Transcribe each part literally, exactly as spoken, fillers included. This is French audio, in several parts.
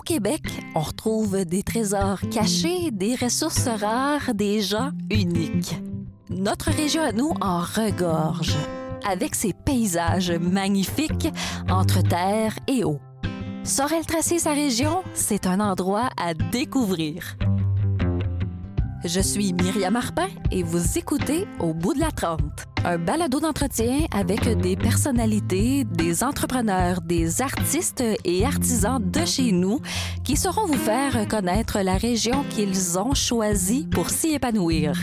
Québec, on retrouve des trésors cachés, des ressources rares, des gens uniques. Notre région à nous en regorge, avec ses paysages magnifiques entre terre et eau. Sorel-Tracy et sa région, c'est un endroit à découvrir. Je suis Myriam Arpin et vous écoutez Au bout de la trente, un balado d'entretien avec des personnalités, des entrepreneurs, des artistes et artisans de chez nous qui sauront vous faire connaître la région qu'ils ont choisie pour s'y épanouir.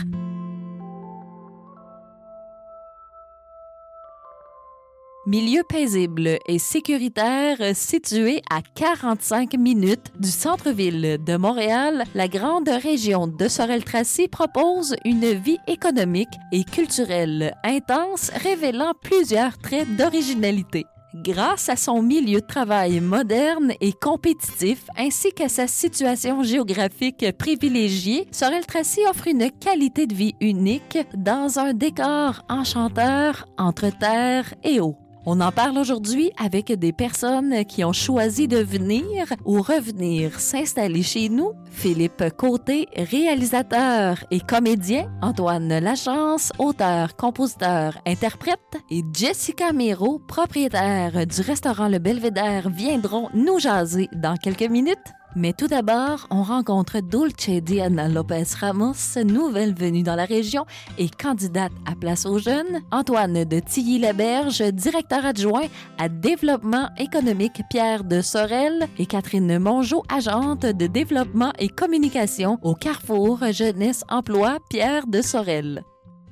Milieu paisible et sécuritaire situé à quarante-cinq minutes du centre-ville de Montréal, la grande région de Sorel-Tracy propose une vie économique et culturelle intense révélant plusieurs traits d'originalité. Grâce à son milieu de travail moderne et compétitif, ainsi qu'à sa situation géographique privilégiée, Sorel-Tracy offre une qualité de vie unique dans un décor enchanteur entre terre et eau. On en parle aujourd'hui avec des personnes qui ont choisi de venir ou revenir s'installer chez nous. Philippe Côté, réalisateur et comédien. Antoine Lachance, auteur, compositeur, interprète. Et Jessica Miro, propriétaire du restaurant Le Belvédère, viendront nous jaser dans quelques minutes. Mais tout d'abord, on rencontre Dulce Diana Lopez-Ramos, nouvelle venue dans la région et candidate à Place aux Jeunes, Antoine de Tilly-Laberge, directeur adjoint à Développement économique Pierre de Sorel et Catherine Mongeau, agente de développement et communication au Carrefour Jeunesse Emploi Pierre de Sorel.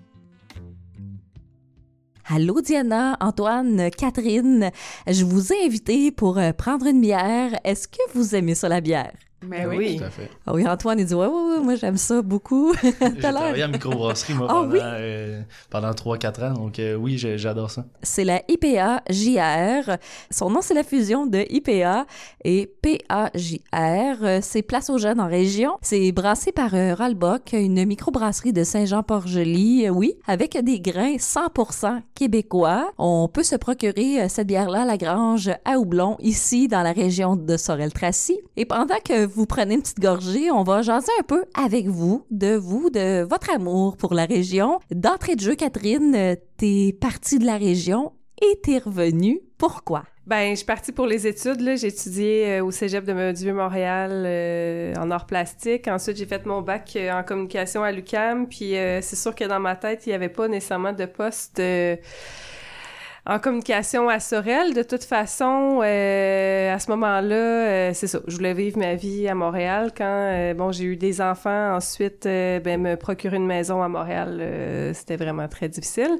Allô Diana, Antoine, Catherine, je vous ai invité pour prendre une bière. Est-ce que vous aimez ça la bière? Mais oui. Tout à fait. Ah oui, Antoine, il dit ouais, ouais, ouais, moi j'aime ça beaucoup. J'ai travaillé en microbrasserie, moi, Ah pendant, oui? euh, pendant trois quatre ans, donc euh, oui, j'ai- j'adore ça. C'est la I P A J R. Son nom, c'est la fusion de I P A et P A J R. C'est Place aux Jeunes en région. C'est brassé par euh, Ralbock, une microbrasserie de Saint-Jean-Port-Joli, euh, oui, avec des grains cent pour cent québécois. On peut se procurer euh, cette bière-là à la Grange à Houblon, ici, dans la région de Sorel-Tracy. Et pendant que vous prenez une petite gorgée, on va jaser un peu avec vous, de vous, de votre amour pour la région. D'entrée de jeu, Catherine, euh, t'es partie de la région et t'es revenue. Pourquoi? Ben, je suis partie pour les études, là. J'ai étudié euh, au Cégep de du Vieux-Montréal euh, en arts plastiques. Ensuite, j'ai fait mon bac euh, en communication à l'U Q A M. Puis, euh, c'est sûr que dans ma tête, il n'y avait pas nécessairement de poste euh, en communication à Sorel. De toute façon, euh, à ce moment-là, euh, c'est ça. Je voulais vivre ma vie à Montréal. Quand, euh, bon, j'ai eu des enfants, ensuite, euh, ben, me procurer une maison à Montréal, euh, c'était vraiment très difficile.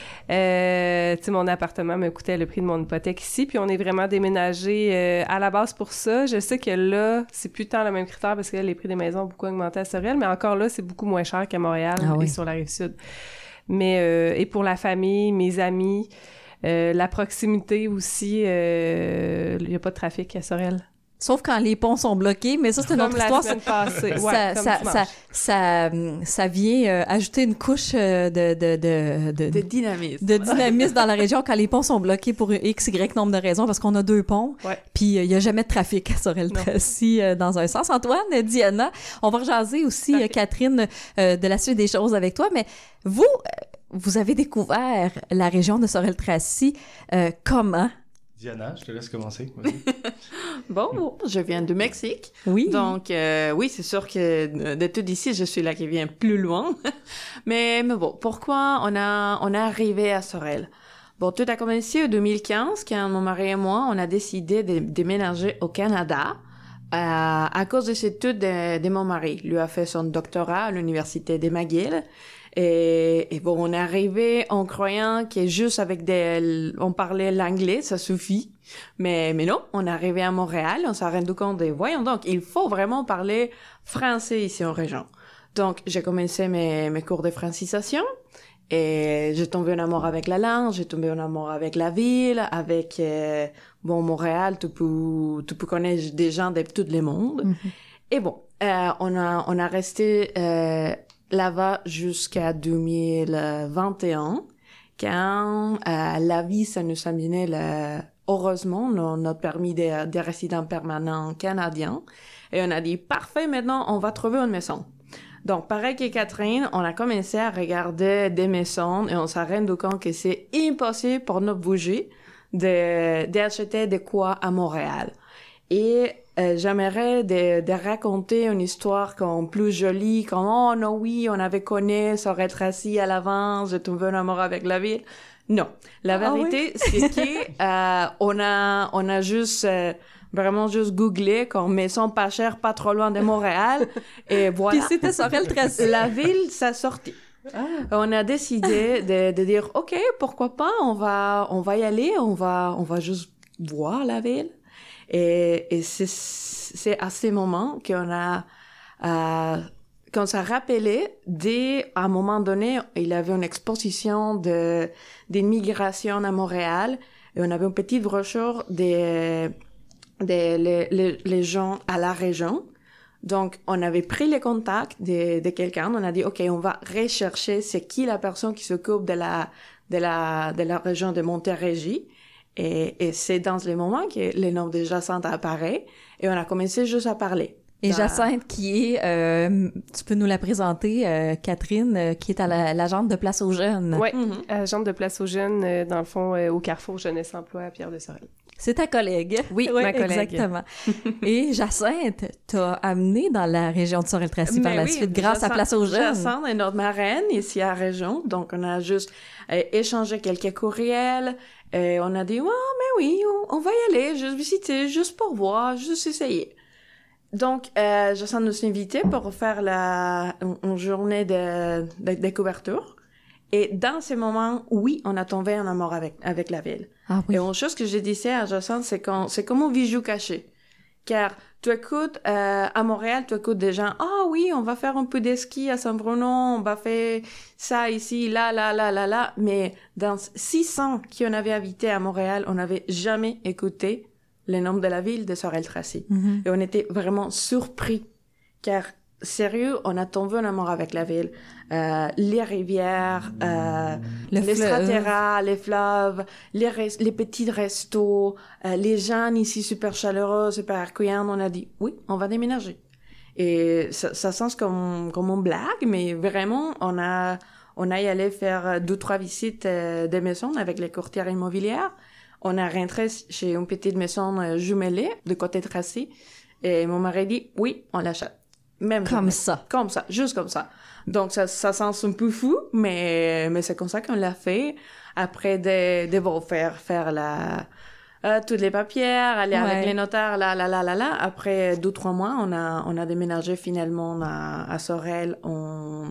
Euh, tu sais, mon appartement me coûtait le prix de mon hypothèque ici, puis on est vraiment déménagé euh, à la base pour ça. Je sais que là, c'est plus tant le même critère parce que là, les prix des maisons ont beaucoup augmenté à Sorel, mais encore là, c'est beaucoup moins cher qu'à Montréal Ah oui. et sur la Rive-Sud. Mais, euh, et pour la famille, mes amis, euh, la proximité aussi, euh, il n'y a pas de trafic à Sorel. Sauf quand les ponts sont bloqués, mais ça, c'est une Comme autre la histoire. semaine passée. Ouais, ça, comme ça, dimanche. ça, ça, ça vient euh, ajouter une couche euh, de, de, de, de, De dynamisme. de dynamisme dans la région quand les ponts sont bloqués pour X, Y nombre de raisons, parce qu'on a deux ponts, Ouais. puis il n'y a jamais de trafic à Sorel-Tracy euh, dans un sens. Antoine, euh, Diana, on va rejaser aussi, euh, Catherine, euh, de la suite des choses avec toi, mais vous, euh, vous avez découvert la région de Sorel-Tracy euh, comment? Diana, je te laisse commencer. Vas-y. Bon, je viens du Mexique. Oui. Donc, euh, oui, c'est sûr que de tout d'ici, je suis là qui vient plus loin. mais, mais bon, pourquoi on a, on est arrivé à Sorel? Bon, tout a commencé en deux mille quinze, quand mon mari et moi, on a décidé de déménager au Canada euh, à cause des études de, de mon mari. Lui a fait son doctorat à l'université de McGill. Et, et bon, on est arrivé en croyant que juste avec des, on parlait l'anglais, ça suffit. Mais, mais non, on est arrivé à Montréal, on s'est rendu compte de, voyons donc, il faut vraiment parler français ici en région. Donc, j'ai commencé mes, mes cours de francisation et j'ai tombé en amour avec la langue, j'ai tombé en amour avec la ville, avec, euh, bon, Montréal, tu peux, tu peux connaître des gens de tout le monde. Mm-hmm. Et bon, euh, on a, on a resté, euh, là-bas jusqu'à deux mille vingt et un, quand euh, la vie, ça nous a amené le, heureusement, no- notre permis de, de résident permanent canadien. Et on a dit, parfait, maintenant, on va trouver une maison. Donc, pareil que Catherine, on a commencé à regarder des maisons et on s'est rendu compte que c'est impossible pour nous bouger de, d'acheter de quoi à Montréal. Et euh, j'aimerais de, de raconter une histoire comme plus jolie, comme « Oh non, oui, on avait connu Sorel-Tracy à l'avance, j'ai trouvé un amour avec la ville. » Non. La vérité, ah oui? c'est que euh, on a on a juste... Euh, vraiment juste googlé comme maison pas chère, pas trop loin de Montréal. Et voilà. Puis c'était Sorel-Tracy. La ville, ça sortit. Ah. On a décidé de, de dire, OK, pourquoi pas, on va, on va y aller, on va, on va juste voir la ville. Et, et c'est, c'est à ce moment qu'on a, euh, qu'on s'est rappelé dès, à un moment donné, il y avait une exposition de, d'immigration à Montréal et on avait une petite brochure des, des les, les, les gens à la région. Donc, on avait pris les contacts de, de quelqu'un, on a dit, OK, on va rechercher c'est qui la personne qui s'occupe de la, de la, de la région de Montérégie. Et, et c'est dans les moments que le nom de Jacinthe apparaît et on a commencé juste à parler. Et Jacinthe, qui est, euh, tu peux nous la présenter, euh, Catherine, euh, qui est à la, l'agente de Place aux Jeunes. Oui, Mm-hmm. agente de Place aux Jeunes, euh, dans le fond, euh, au Carrefour Jeunesse Emploi à Pierre-de-Sorel. C'est ta collègue. Oui, ouais, ma collègue. Exactement. Et Jacinthe t'a amené dans la région de Sorel-Tracy par Mais la oui, suite grâce Jacinthe, à Place aux Jeunes. Jacinthe est notre marraine ici à la région, donc on a juste euh, échangé quelques courriels et on a dit, oh, mais oui, on, on va y aller, juste visiter, juste pour voir, juste essayer. Donc, euh, Jacinthe nous a invités pour faire la, une, une journée de, de, de couverture. Et dans ces moments, oui, on a tombé en amour avec, avec la ville. Ah oui. Et une chose que je disais à Jacinthe, c'est qu'on, c'est comme un bijou caché. Car tu écoutes, euh, à Montréal, tu écoutes des gens, ah oh, oui, on va faire un peu de ski à Saint-Bruno, on va faire ça ici, là, là, là, là, là. Mais dans six cents qu'on avait invités à Montréal, on n'avait jamais écouté le nom de la ville de Sorel-Tracy. Mm-hmm. Et on était vraiment surpris. Car, sérieux, on a tombé en amour avec la ville. Euh, les rivières, euh, Le les fleuve. stratéras, les fleuves, les, res- les petits restos, euh, les gens ici super chaleureux, super accueillants. On a dit, oui, on va déménager. Et ça, ça sent comme, comme une blague, mais vraiment, on a, on a y allé faire deux, trois visites euh, de maisons avec les courtières immobilières. On a rentré chez une petite maison euh, jumelée de côté de Tracy. Et mon mari dit, oui, on l'achète. Même Comme journée. ça. Comme ça, juste comme ça. Donc, ça, ça sent un peu fou, mais, mais c'est comme ça qu'on l'a fait. Après, de, de bon, faire, faire la, euh, toutes les papiers, aller Ouais. avec les notaires, là, là, là, là, là. Après deux, trois mois, on a, on a déménagé finalement à, à Sorel en,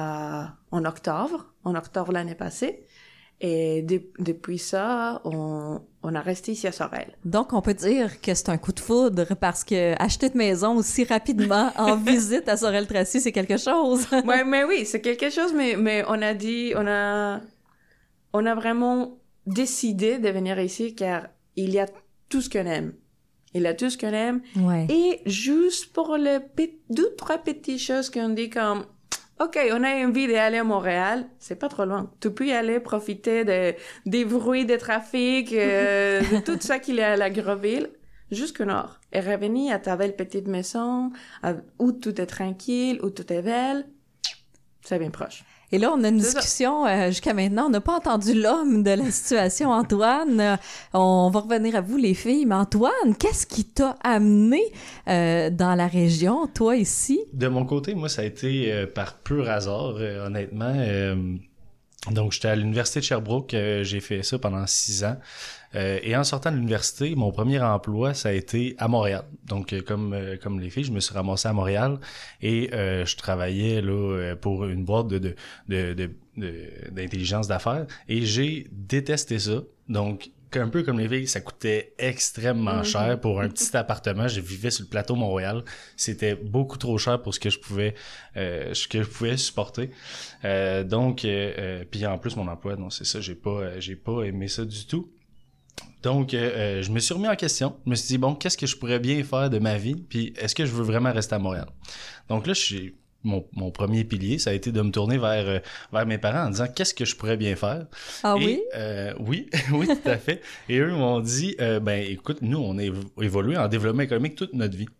à, en octobre, en octobre l'année passée. Et de, depuis ça, on, on a resté ici à Sorel. Donc, on peut dire que c'est un coup de foudre parce que acheter de maison aussi rapidement en visite à Sorel-Tracy, c'est quelque chose. Ouais, mais oui, c'est quelque chose, mais, mais on a dit, on a, on a vraiment décidé de venir ici car il y a tout ce qu'on aime. Il y a tout ce qu'on aime. Ouais. Et juste pour les pe- deux, trois petites choses qu'on dit comme, OK, on a envie d'aller à Montréal, c'est pas trop loin. Tu peux y aller profiter de, des bruits de trafic, euh, de tout ça qu'il y a à la Grosville, jusqu'au nord. Et revenir à ta belle petite maison, à- où tout est tranquille, où tout est belle, c'est bien proche. Et là, on a une C'est ça. discussion euh, jusqu'à maintenant. On n'a pas entendu l'homme de la situation, Antoine. Euh, on va revenir à vous, les filles. Mais Antoine, qu'est-ce qui t'a amené euh, dans la région, toi, ici? De mon côté, moi, ça a été euh, par pur hasard, euh, honnêtement. Euh, donc, j'étais à l'université de Sherbrooke. Euh, j'ai fait ça pendant six ans. Euh, et en sortant de l'université, mon premier emploi, ça a été à Montréal. Donc, euh, comme euh, comme les filles, je me suis ramassé à Montréal et euh, je travaillais là euh, pour une boîte de de de, de, de- d'intelligence d'affaires et j'ai détesté ça. Donc, un peu comme les filles, ça coûtait extrêmement Mhm. cher pour un petit appartement. Je vivais sur le plateau Montréal. C'était beaucoup trop cher pour ce que je pouvais euh, ce que je pouvais supporter. Euh, donc, euh, euh, puis en plus mon emploi, non, c'est ça, j'ai pas euh, j'ai pas aimé ça du tout. Donc, euh, euh, je me suis remis en question. Je me suis dit, bon, qu'est-ce que je pourrais bien faire de ma vie? Puis, est-ce que je veux vraiment rester à Montréal? Donc là, je suis mon, mon premier pilier, ça a été de me tourner vers, euh, vers mes parents en disant qu'est-ce que je pourrais bien faire. Ah Et, oui? Euh, oui, oui, tout à fait. Et eux m'ont dit, euh, ben écoute, nous, on a évo- évolué en développement économique toute notre vie.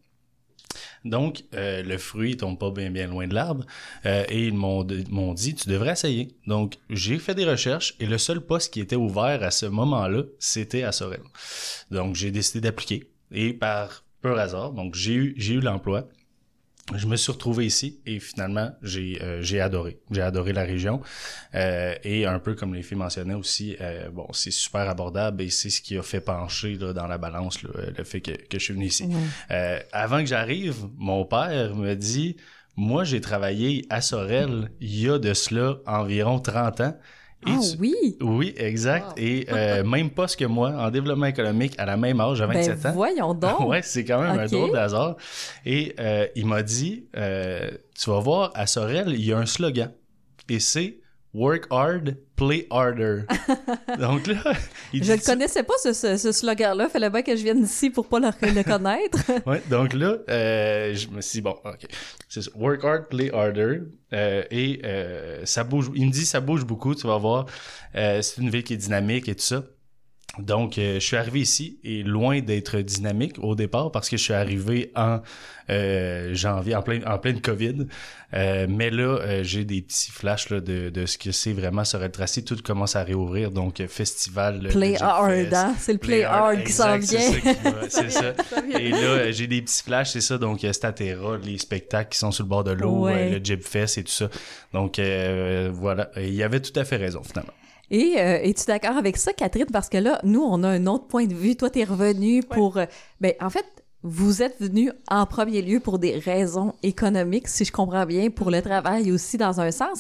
Donc, euh, le fruit tombe pas bien bien loin de l'arbre. Euh, et ils m'ont, de- m'ont dit, tu devrais essayer. Donc, j'ai fait des recherches et le seul poste qui était ouvert à ce moment-là, c'était à Sorel. Donc, j'ai décidé d'appliquer. Et par pur hasard, donc j'ai eu, j'ai eu l'emploi. Je me suis retrouvé ici et finalement, j'ai euh, j'ai adoré. J'ai adoré la région. Euh, et un peu comme les filles mentionnaient aussi, euh, bon, c'est super abordable et c'est ce qui a fait pencher là, dans la balance là, le fait que, que je suis venu ici. Ouais. Euh, avant que j'arrive, mon père me dit, moi, j'ai travaillé à Sorel il y a de cela environ trente ans. Et Ah tu- oui? Oui, exact. Wow. Et euh, même poste que moi, en développement économique, à la même âge, à vingt-sept Ben ans. voyons donc! Ouais, c'est quand même un Ok. drôle d'hasard. Et euh, il m'a dit, euh, tu vas voir, à Sorel, il y a un slogan. Et c'est « Work hard, play harder ». Donc là, il Je dit ne connaissais pas ce, ce, ce slogan-là. Fallait bien que je vienne ici pour pas le, le connaître. Ouais, donc là, euh, je me suis dit, bon, OK. C'est ça. Work hard, play harder. Euh, et euh, ça bouge. Il me dit, ça bouge beaucoup, tu vas voir. Euh, c'est une ville qui est dynamique et tout ça. Donc, euh, je suis arrivé ici et loin d'être dynamique au départ parce que je suis arrivé en euh, janvier, en plein en pleine COVID. Euh, mais là, euh, j'ai des petits flashs là, de, de ce que c'est vraiment Sorel-Tracy. Tout commence à réouvrir. Donc, euh, festival. de Play Jet hard, Fest. hein? C'est le play, hard qui s'en exact, vient. C'est ça. qui m'a- C'est ça. Ça vient. Et là, euh, j'ai des petits flashs, c'est ça. Donc, euh, Statera, les spectacles qui sont sur le bord de l'eau, Ouais. euh, le Jib Fest et tout ça. Donc, euh, voilà. Et il avait tout à fait raison, finalement. Et euh, es-tu d'accord avec ça, Catherine? Parce que là, nous, on a un autre point de vue. Toi, t'es revenu pour... euh, ben, en fait, vous êtes venu en premier lieu pour des raisons économiques, si je comprends bien, pour le travail aussi, dans un sens.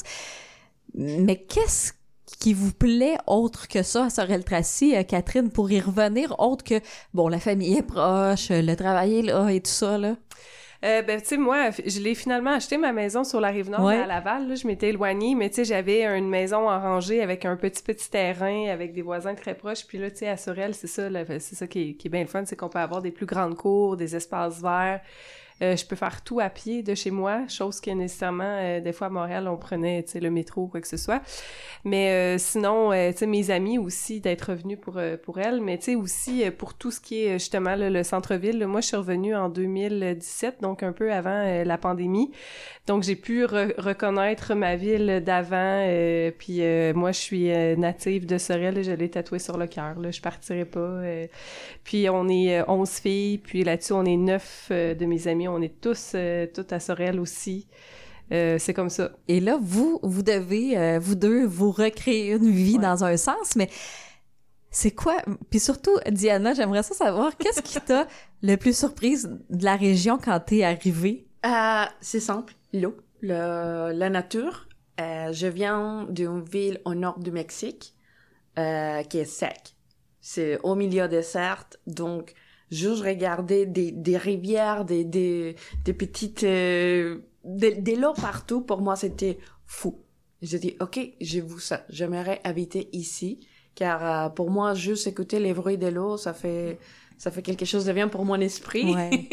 Mais qu'est-ce qui vous plaît autre que ça à Sorel-Tracy, euh, Catherine, pour y revenir, autre que, bon, la famille est proche, euh, le travail est là et tout ça, là? Euh, ben, tu sais, moi, je l'ai finalement acheté ma maison sur la Rive-Nord, Ouais. à Laval. Là, je m'étais éloignée, mais tu sais, j'avais une maison en rangée avec un petit, petit terrain, avec des voisins très proches. Puis là, tu sais, à Sorel, c'est ça, là, c'est ça qui est, qui est bien le fun, c'est qu'on peut avoir des plus grandes cours, des espaces verts. Euh, je peux faire tout à pied de chez moi, chose que nécessairement, euh, des fois à Montréal, on prenait, tu sais, le métro ou quoi que ce soit. Mais euh, sinon, euh, tu sais, mes amis aussi, d'être revenus pour, euh, pour elles, mais tu sais, aussi euh, pour tout ce qui est justement là, le centre-ville. Là, moi, je suis revenue en deux mille dix-sept, donc un peu avant euh, la pandémie. Donc, j'ai pu re- reconnaître ma ville d'avant. Euh, puis euh, moi, je suis euh, native de Sorel, je l'ai tatoué sur le cœur. Là, je partirai pas. Euh, puis on est euh, onze filles, puis là-dessus, on est neuf euh, de mes amis. On est tous, euh, toutes à Sorel aussi. Euh, c'est comme ça. Et là, vous, vous devez, euh, vous deux, vous recréer une vie Ouais. dans un sens, mais c'est quoi? Puis surtout, Diana, j'aimerais ça savoir, qu'est-ce qui t'a le plus surprise de la région quand t'es arrivée? Euh, c'est simple, l'eau, le, la nature. Euh, je viens d'une ville au nord du Mexique euh, qui est sec. C'est au milieu des certes, donc juste regarder des, des rivières, des, des, des petites... Euh, de, de l'eau partout, pour moi, c'était fou. J'ai dit, OK, j'ai vu ça. J'aimerais habiter ici, car euh, pour moi, juste écouter les bruits de l'eau, ça fait, ça fait quelque chose de bien pour mon esprit. Ouais.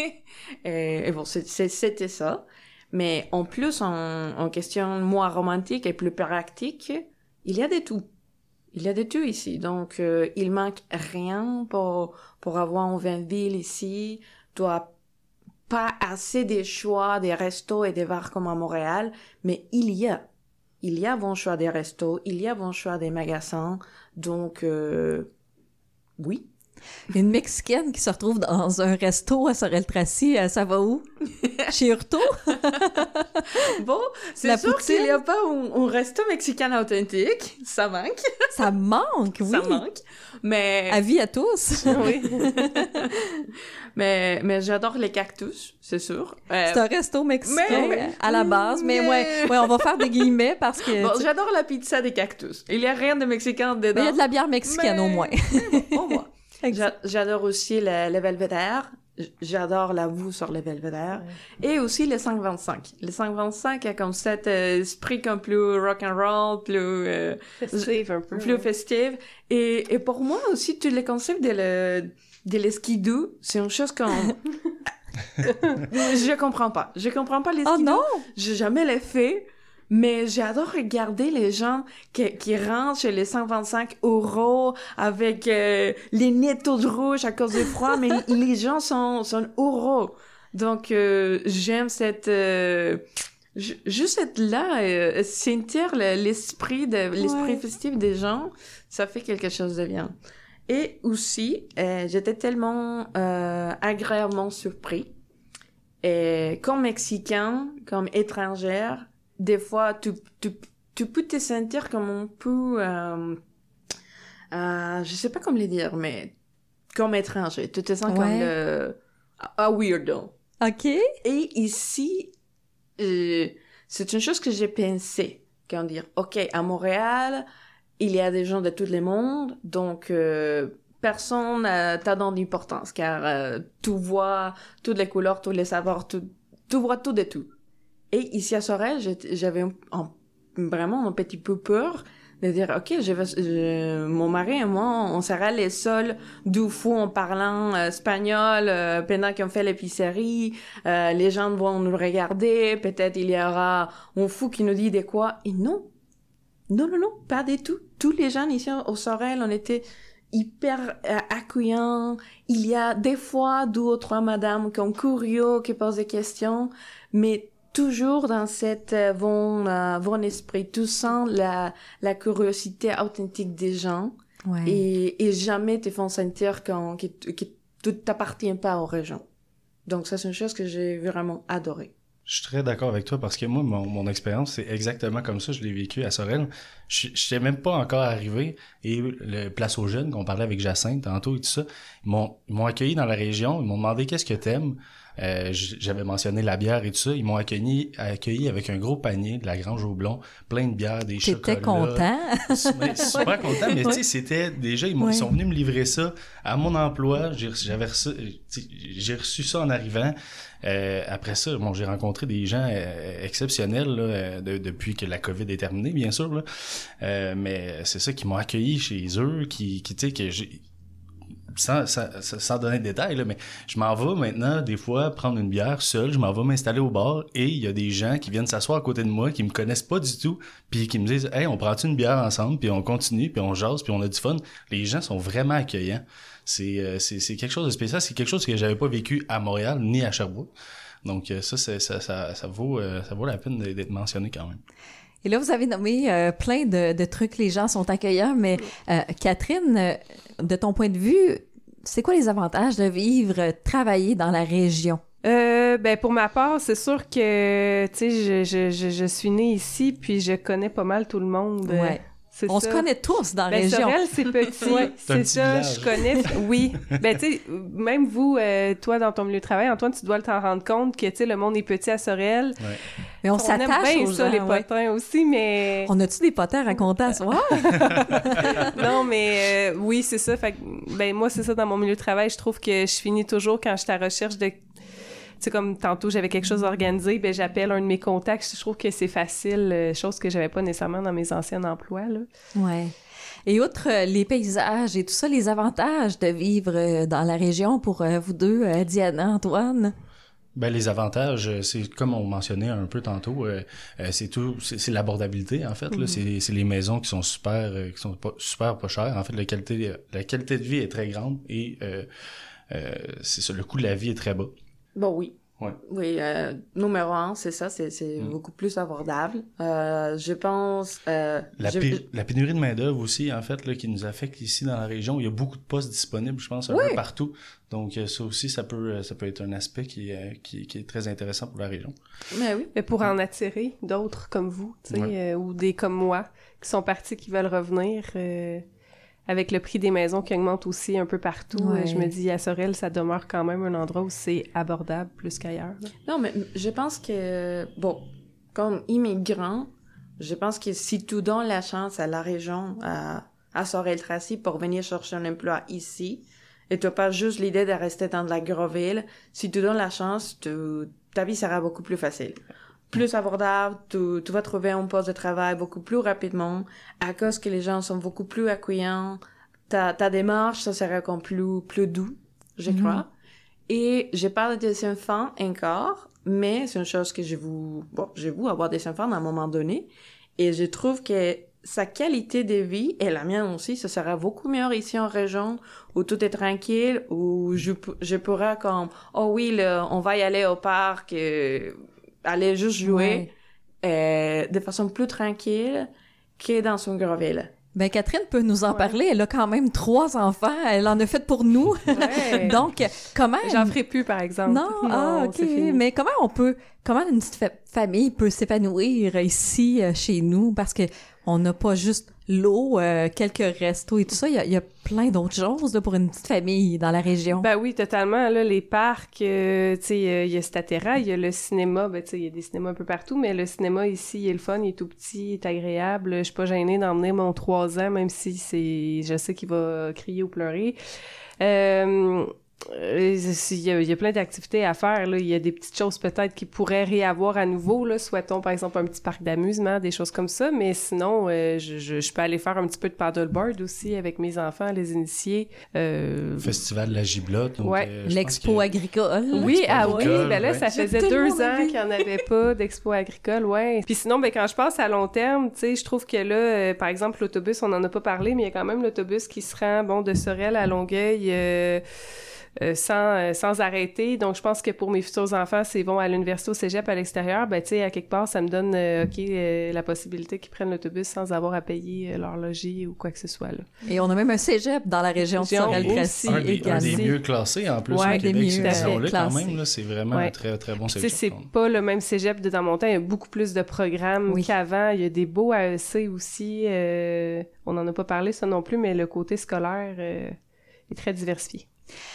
et, et bon, c'est, c'est, c'était ça. Mais en plus, en, en question moins romantique et plus pratique, il y a de tout. Il y a de tout ici. Donc, euh, il manque rien pour, pour avoir une ville ici. Tu as pas assez de choix des restos et des bars comme à Montréal, mais il y a. Il y a bon choix des restos, il y a bon choix des magasins. Donc, euh, oui. Une Mexicaine qui se retrouve dans un resto à Sorel-Tracy, euh, ça va où? Chez Hurto? Bon, c'est La sûr poutine? qu'il n'y a pas un, un resto mexicain authentique. Ça manque. Ça manque, oui. Ça manque. Mais, Avis à tous. Oui. mais, mais j'adore les cactus, c'est sûr. Euh, C'est un resto mexicain mais- à la base, mais, mais- ouais, ouais, on va faire des guillemets parce que... bon, tu- j'adore la pizza des cactus. Il n'y a rien de mexicain dedans. mais il y a de la bière mexicaine Mais- au moins. Au moins. J'a- J'adore aussi le, le belvédère. J- J'adore la boue sur le belvédère. Et aussi le cinq vingt-cinq. Le cinq vingt-cinq a comme cet euh, esprit comme plus rock'n'roll, plus, euh, Festive un peu. plus ouais. festive. Et, et pour moi aussi, tout le concept de le, de le skidoo, c'est une chose qu'on... Je comprends pas. Je comprends pas les Oh skidos. non! J'ai jamais les fait. Mais j'adore regarder les gens qui, qui rentrent chez les cent vingt-cinq euros avec euh, les nez tout rouges à cause du froid, mais les gens sont, sont heureux. Donc, euh, j'aime cette... Euh, juste être là, euh, sentir le, l'esprit, de, l'esprit ouais. festif des gens, ça fait quelque chose de bien. Et aussi, euh, j'étais tellement euh, agréablement surpris. Et comme Mexicain, comme étrangère, des fois, tu, tu, tu peux te sentir comme un peu, euh, euh, je sais pas comment le dire, mais comme étranger. Tu te sens ouais. comme le, a weirdo. OK. Et ici, euh, c'est une chose que j'ai pensé. Quand dire, OK, à Montréal, il y a des gens de tous les mondes, donc euh, personne euh, t'a donné d'importance, car euh, tu vois toutes les couleurs, tous les saveurs, tu, tu vois tout de tout. Et ici à Sorel, j'avais un, un, vraiment un petit peu peur de dire, OK, je vais, je, mon mari et moi, on sera les seuls du fou en parlant euh, espagnol euh, pendant qu'on fait l'épicerie. Euh, les gens vont nous regarder. Peut-être il y aura un fou qui nous dit de quoi. Et non. Non, non, non, pas du tout. Tous les gens ici au Sorel, on était hyper euh, accueillants. Il y a des fois deux ou trois madames qui sont curieux, qui posent des questions, mais toujours dans cette euh, bon, euh, bon esprit. Tu sens la, la curiosité authentique des gens ouais. et, et jamais te font sentir qu'on, que, que tu t'appartiens pas aux régions. Donc ça, c'est une chose que j'ai vraiment adorée. Je suis très d'accord avec toi parce que moi, mon, mon expérience, c'est exactement comme ça. Je l'ai vécu à Sorel. Je n'étais même pas encore arrivé. Et le Place aux Jeunes, qu'on parlait avec Jacinthe tantôt et tout ça, ils m'ont, ils m'ont accueilli dans la région. Ils m'ont demandé qu'est-ce que t'aimes. Euh, j'avais mentionné la bière et tout ça. Ils m'ont accueilli, accueilli avec un gros panier de la Grange au Blond, plein de bières, des chocolats. T'étais content? Mais, super content, mais tu sais, c'était déjà, ils, ouais. ils sont venus me livrer ça à mon emploi. J'ai, j'avais reçu, j'ai reçu ça en arrivant. Euh, après ça, bon, j'ai rencontré des gens euh, exceptionnels là, de, depuis que la COVID est terminée, bien sûr. Là. Euh, mais c'est ça qui m'ont accueilli chez eux, qui, qui tu sais, que j'ai... Sans, sans, sans donner de détails, là, mais je m'en vais maintenant, des fois, prendre une bière seul, je m'en vais m'installer au bar et il y a des gens qui viennent s'asseoir à côté de moi, qui me connaissent pas du tout, puis qui me disent « Hey, on prend-tu une bière ensemble? » Puis on continue, puis on jase, puis on a du fun. Les gens sont vraiment accueillants. C'est, euh, c'est, c'est quelque chose de spécial. C'est quelque chose que j'avais pas vécu à Montréal ni à Sherbrooke. Donc ça, c'est, ça, ça, ça, vaut, euh, ça vaut la peine d'être mentionné quand même. Et là, vous avez nommé euh, plein de, de trucs, les gens sont accueillants, mais euh, Catherine, euh, de ton point de vue, c'est quoi les avantages de vivre, euh, travailler dans la région? Euh, ben pour ma part, c'est sûr que, tu sais, je, je, je, je suis née ici, puis je connais pas mal tout le monde. Ouais. C'est On ça. se connaît tous dans la ben, région. Sorel, c'est petit. Ouais, c'est, c'est ça, village. Je connais. Oui. Ben, tu sais, même vous, euh, toi, dans ton milieu de travail, Antoine, tu dois t'en rendre compte que, tu sais, le monde est petit à Sorel. Ouais. Mais on, on s'attache aime bien aux ça, gens, les ouais. potins aussi, mais... On a-tu des potins à raconter à soir? Non, mais euh, oui, c'est ça. Fait que, ben, moi, c'est ça, dans mon milieu de travail, je trouve que je finis toujours quand je suis à la recherche de... Tu sais, comme tantôt, j'avais quelque chose organisé, ben j'appelle un de mes contacts. Je trouve que c'est facile, euh, chose que j'avais pas nécessairement dans mes anciens emplois, là. Ouais. Et outre euh, les paysages et tout ça, les avantages de vivre euh, dans la région pour euh, vous deux, euh, Diana, Antoine? Ben les avantages, c'est comme on mentionnait un peu tantôt, euh, c'est tout, c'est, c'est l'abordabilité en fait. Mm-hmm. Là, c'est, c'est les maisons qui sont super, euh, qui sont pas super pas chères. En fait, la qualité, la qualité de vie est très grande et euh, euh, c'est ça, le coût de la vie est très bas. Bon, oui. Ouais. Oui, euh, numéro un, c'est ça, c'est, c'est mm. beaucoup plus abordable. Euh, je pense... Euh, la, je... P- la pénurie de main-d'œuvre aussi, en fait, là, qui nous affecte ici dans la région. Il y a beaucoup de postes disponibles, je pense, un oui. peu partout. Donc, ça aussi, ça peut, ça peut être un aspect qui est, qui, qui est très intéressant pour la région. Mais oui. Mais pour en attirer d'autres comme vous, tu sais, ouais. euh, ou des comme moi, qui sont partis, qui veulent revenir... Euh... Avec le prix des maisons qui augmente aussi un peu partout, ouais. je me dis, à Sorel, ça demeure quand même un endroit où c'est abordable plus qu'ailleurs. Là. Non, mais je pense que, bon, comme immigrant, je pense que si tu donnes la chance à la région, à, à Sorel-Tracy, pour venir chercher un emploi ici, et tu n'as pas juste l'idée de rester dans la grosse ville, si tu donnes la chance, tu, ta vie sera beaucoup plus facile. Plus abordable, tu, tu vas trouver un poste de travail beaucoup plus rapidement, à cause que les gens sont beaucoup plus accueillants. Ta, ta démarche, ça sera comme plus, plus doux, je mm-hmm. crois. Et j'ai pas des enfants encore, mais c'est une chose que je vous, bon, je veux avoir des enfants à un moment donné. Et je trouve que sa qualité de vie, et la mienne aussi, ce sera beaucoup mieux ici en région, où tout est tranquille, où je, je pourrais comme, oh oui, le, on va y aller au parc, euh, aller juste jouer, ouais. euh, de façon plus tranquille que dans une grande ville. Ben Catherine peut nous en ouais. parler. Elle a quand même trois enfants. Elle en a fait pour nous. Ouais. Donc, comment... J'en ferai plus, par exemple. Non, non ah, OK. Mais comment on peut... Comment une petite fa- famille peut s'épanouir ici, euh, chez nous? Parce que on n'a pas juste l'eau, euh, quelques restos et tout ça. Il y a, il y a plein d'autres choses là, pour une petite famille dans la région. Ben oui, totalement. Là, les parcs, euh, tu sais, euh, il y a Statera, il y a le cinéma. Ben tu sais, il y a des cinémas un peu partout, mais le cinéma ici, il est le fun, il est tout petit, il est agréable. Je suis pas gênée d'emmener mon trois ans, même si c'est, je sais qu'il va crier ou pleurer. Euh... Il y, a, il y a plein d'activités à faire, là. Il y a des petites choses peut-être qui pourraient réavoir à nouveau, là. Souhaitons, par exemple, un petit parc d'amusement, des choses comme ça. Mais sinon, euh, je, je, je peux aller faire un petit peu de paddleboard aussi avec mes enfants, les initiés. Euh... Festival de la Giblotte. Donc, ouais, euh, l'expo agricole. Oui, l'expo ah agricole, oui, ben là, ouais. ça faisait deux ans qu'il n'y en avait pas d'expo agricole, ouais. Puis sinon, ben quand je pense à long terme, tu sais, je trouve que là, euh, par exemple, l'autobus, on n'en a pas parlé, mais il y a quand même l'autobus qui se rend, bon, de Sorel à Longueuil... Euh, Euh, sans, euh, sans arrêter. Donc, je pense que pour mes futurs enfants, s'ils vont à l'université au cégep à l'extérieur, ben, tu sais, à quelque part, ça me donne, euh, OK, euh, la possibilité qu'ils prennent l'autobus sans avoir à payer euh, leur logis ou quoi que ce soit, là. Et on a même un cégep dans la région de Sorel-Tracy un, des, un des mieux classés, en plus, ouais, au Québec. Des mieux euh, quand même, là, c'est vraiment ouais. un très, très bon cégep. cégep. Tu sais, c'est pas le même cégep de dans mon temps. Il y a beaucoup plus de programmes oui. qu'avant. Il y a des beaux A E C aussi. Euh, on n'en a pas parlé, ça non plus, mais le côté scolaire euh, est très diversifié.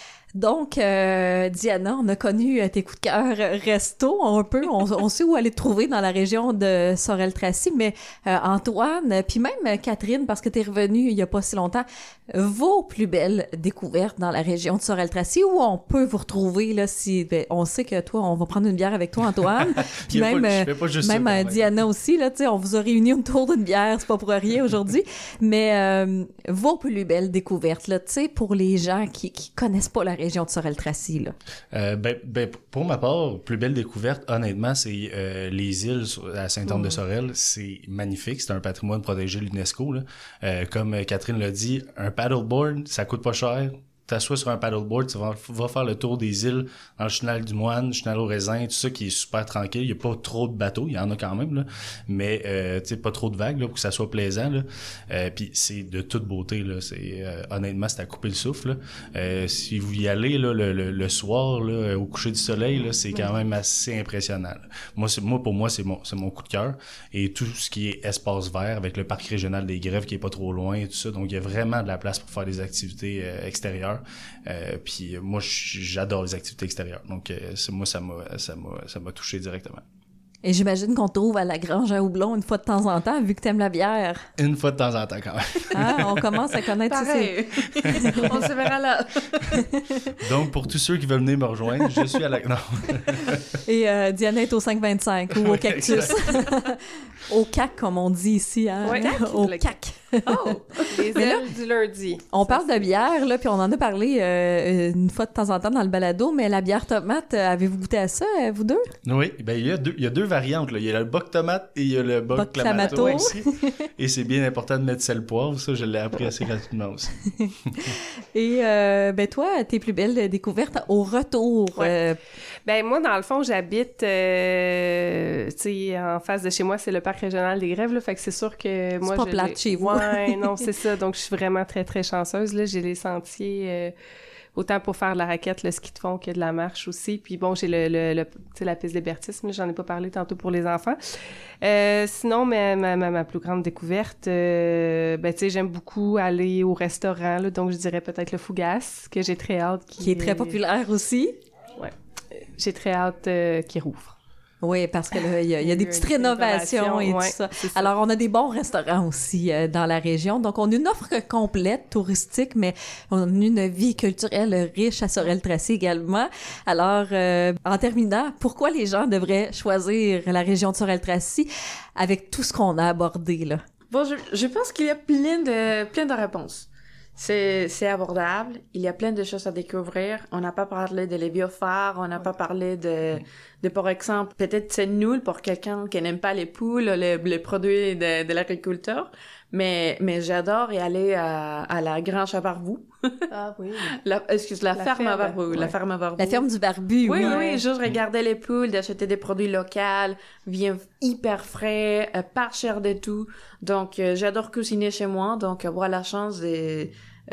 Donc, euh, Diana, on a connu euh, tes coups de cœur euh, resto un peu. On, on sait où aller te trouver dans la région de Sorel-Tracy, mais euh, Antoine, puis même euh, Catherine, parce que t'es revenue il y a pas si longtemps, vos plus belles découvertes dans la région de Sorel-Tracy, où on peut vous retrouver, là, si, ben, on sait que toi, on va prendre une bière avec toi, Antoine, puis même, pas, euh, même euh, Diana aussi, là, tu sais, on vous a réunis autour d'une bière, c'est pas pour rien aujourd'hui, mais euh, vos plus belles découvertes, là, tu sais, pour les gens qui, qui connaissent pas la région de Sorel-Tracy, là. Euh, ben, ben, pour ma part, plus belle découverte, honnêtement, c'est euh, les îles à Sainte-Anne-de-Sorel. C'est magnifique, c'est un patrimoine protégé de l'UNESCO, là. Euh, comme Catherine l'a dit, un paddleboard, ça coûte pas cher. T'assois sur un paddleboard, tu vas, vas faire le tour des îles dans le chenal du Moine, le chenal au raisin, tout ça qui est super tranquille. Il y a pas trop de bateaux, il y en a quand même, là, mais euh, tu sais, pas trop de vagues là, pour que ça soit plaisant. Là. Euh, puis c'est de toute beauté. Là. C'est, euh, honnêtement, c'est à couper le souffle. Là. Euh, si vous y allez là, le, le, le soir, là, au coucher du soleil, là, c'est quand même assez impressionnant. Là. Moi, c'est, moi, pour moi, c'est mon, c'est mon coup de cœur. Et tout ce qui est espace vert avec le parc régional des Grèves qui est pas trop loin et tout ça. Donc, il y a vraiment de la place pour faire des activités euh, extérieures. Euh, puis euh, moi j'adore les activités extérieures, donc euh, c'est, moi ça m'a ça m'a ça m'a touché directement. Et j'imagine qu'on trouve à la Grange à Houblon une fois de temps en temps, vu que t'aimes la bière. Une fois de temps en temps, quand même. Ah, on commence à connaître ça. On se verra là. Donc, pour tous ceux qui veulent venir me rejoindre, je suis à la... Non. Et euh, Diana est au cinq vingt-cinq ou au Cactus. Au C A C, comme on dit ici. Hein? Ouais, au le... C A C. Oh, les ailes du lundi. On ça, parle c'est... de bière, là, puis on en a parlé euh, une fois de temps en temps dans le balado, mais la bière tomate, avez-vous goûté à ça, vous deux? Oui, ben il y a deux, il y a deux variantes, là. Il y a le boc tomate et il y a le boc, boc clamato, clamato aussi. Et c'est bien important de mettre sel poivre, ça, je l'ai appris assez rapidement aussi. Et euh, ben toi, tes plus belles découvertes au retour? Ouais. Euh... Ben moi, dans le fond, j'habite, euh, tu sais, en face de chez moi, c'est le parc régional des Grèves, là, fait que c'est sûr que moi, c'est pas je plate chez vous. Ouais, non, c'est ça. Donc, je suis vraiment très, très chanceuse. Là, j'ai les sentiers, euh, autant pour faire de la raquette, le ski de fond que de la marche aussi. Puis bon, j'ai le, le, le tu sais, la piste d'hébertisme. J'en ai pas parlé tantôt pour les enfants. Euh, sinon, ma, ma, ma, ma plus grande découverte, euh, ben, tu sais, j'aime beaucoup aller au restaurant. Là, donc, je dirais peut-être le Fougas, que j'ai très hâte. Qui, qui est très populaire aussi. Ouais. J'ai très hâte euh, qu'il rouvre. Oui, parce que là, il y a, il y a des petites rénovations et ouais, tout ça. ça. Alors, on a des bons restaurants aussi euh, dans la région. Donc, on a une offre complète touristique, mais on a une vie culturelle riche à Sorel-Tracy également. Alors, euh, en terminant, pourquoi les gens devraient choisir la région de Sorel-Tracy avec tout ce qu'on a abordé là? Bon, je, je pense qu'il y a plein de, plein de réponses. C'est, c'est abordable. Il y a plein de choses à découvrir. On n'a pas parlé de les biophares, on n'a ouais. pas parlé de, de, par exemple, peut-être c'est nul pour quelqu'un qui n'aime pas les poules, les, les produits de, de l'agriculteur. Mais, mais j'adore y aller à, à la grange à Barbeau. Ah oui. La, excuse, la, la ferme, ferme à Barbeau. Ouais. La ferme à Barbeau. La ferme du Barbu, oui. Oui, oui. oui, juste regarder les poules, d'acheter des produits locaux, bien hyper frais, euh, pas cher du tout. Donc, euh, j'adore cuisiner chez moi, donc avoir la chance de...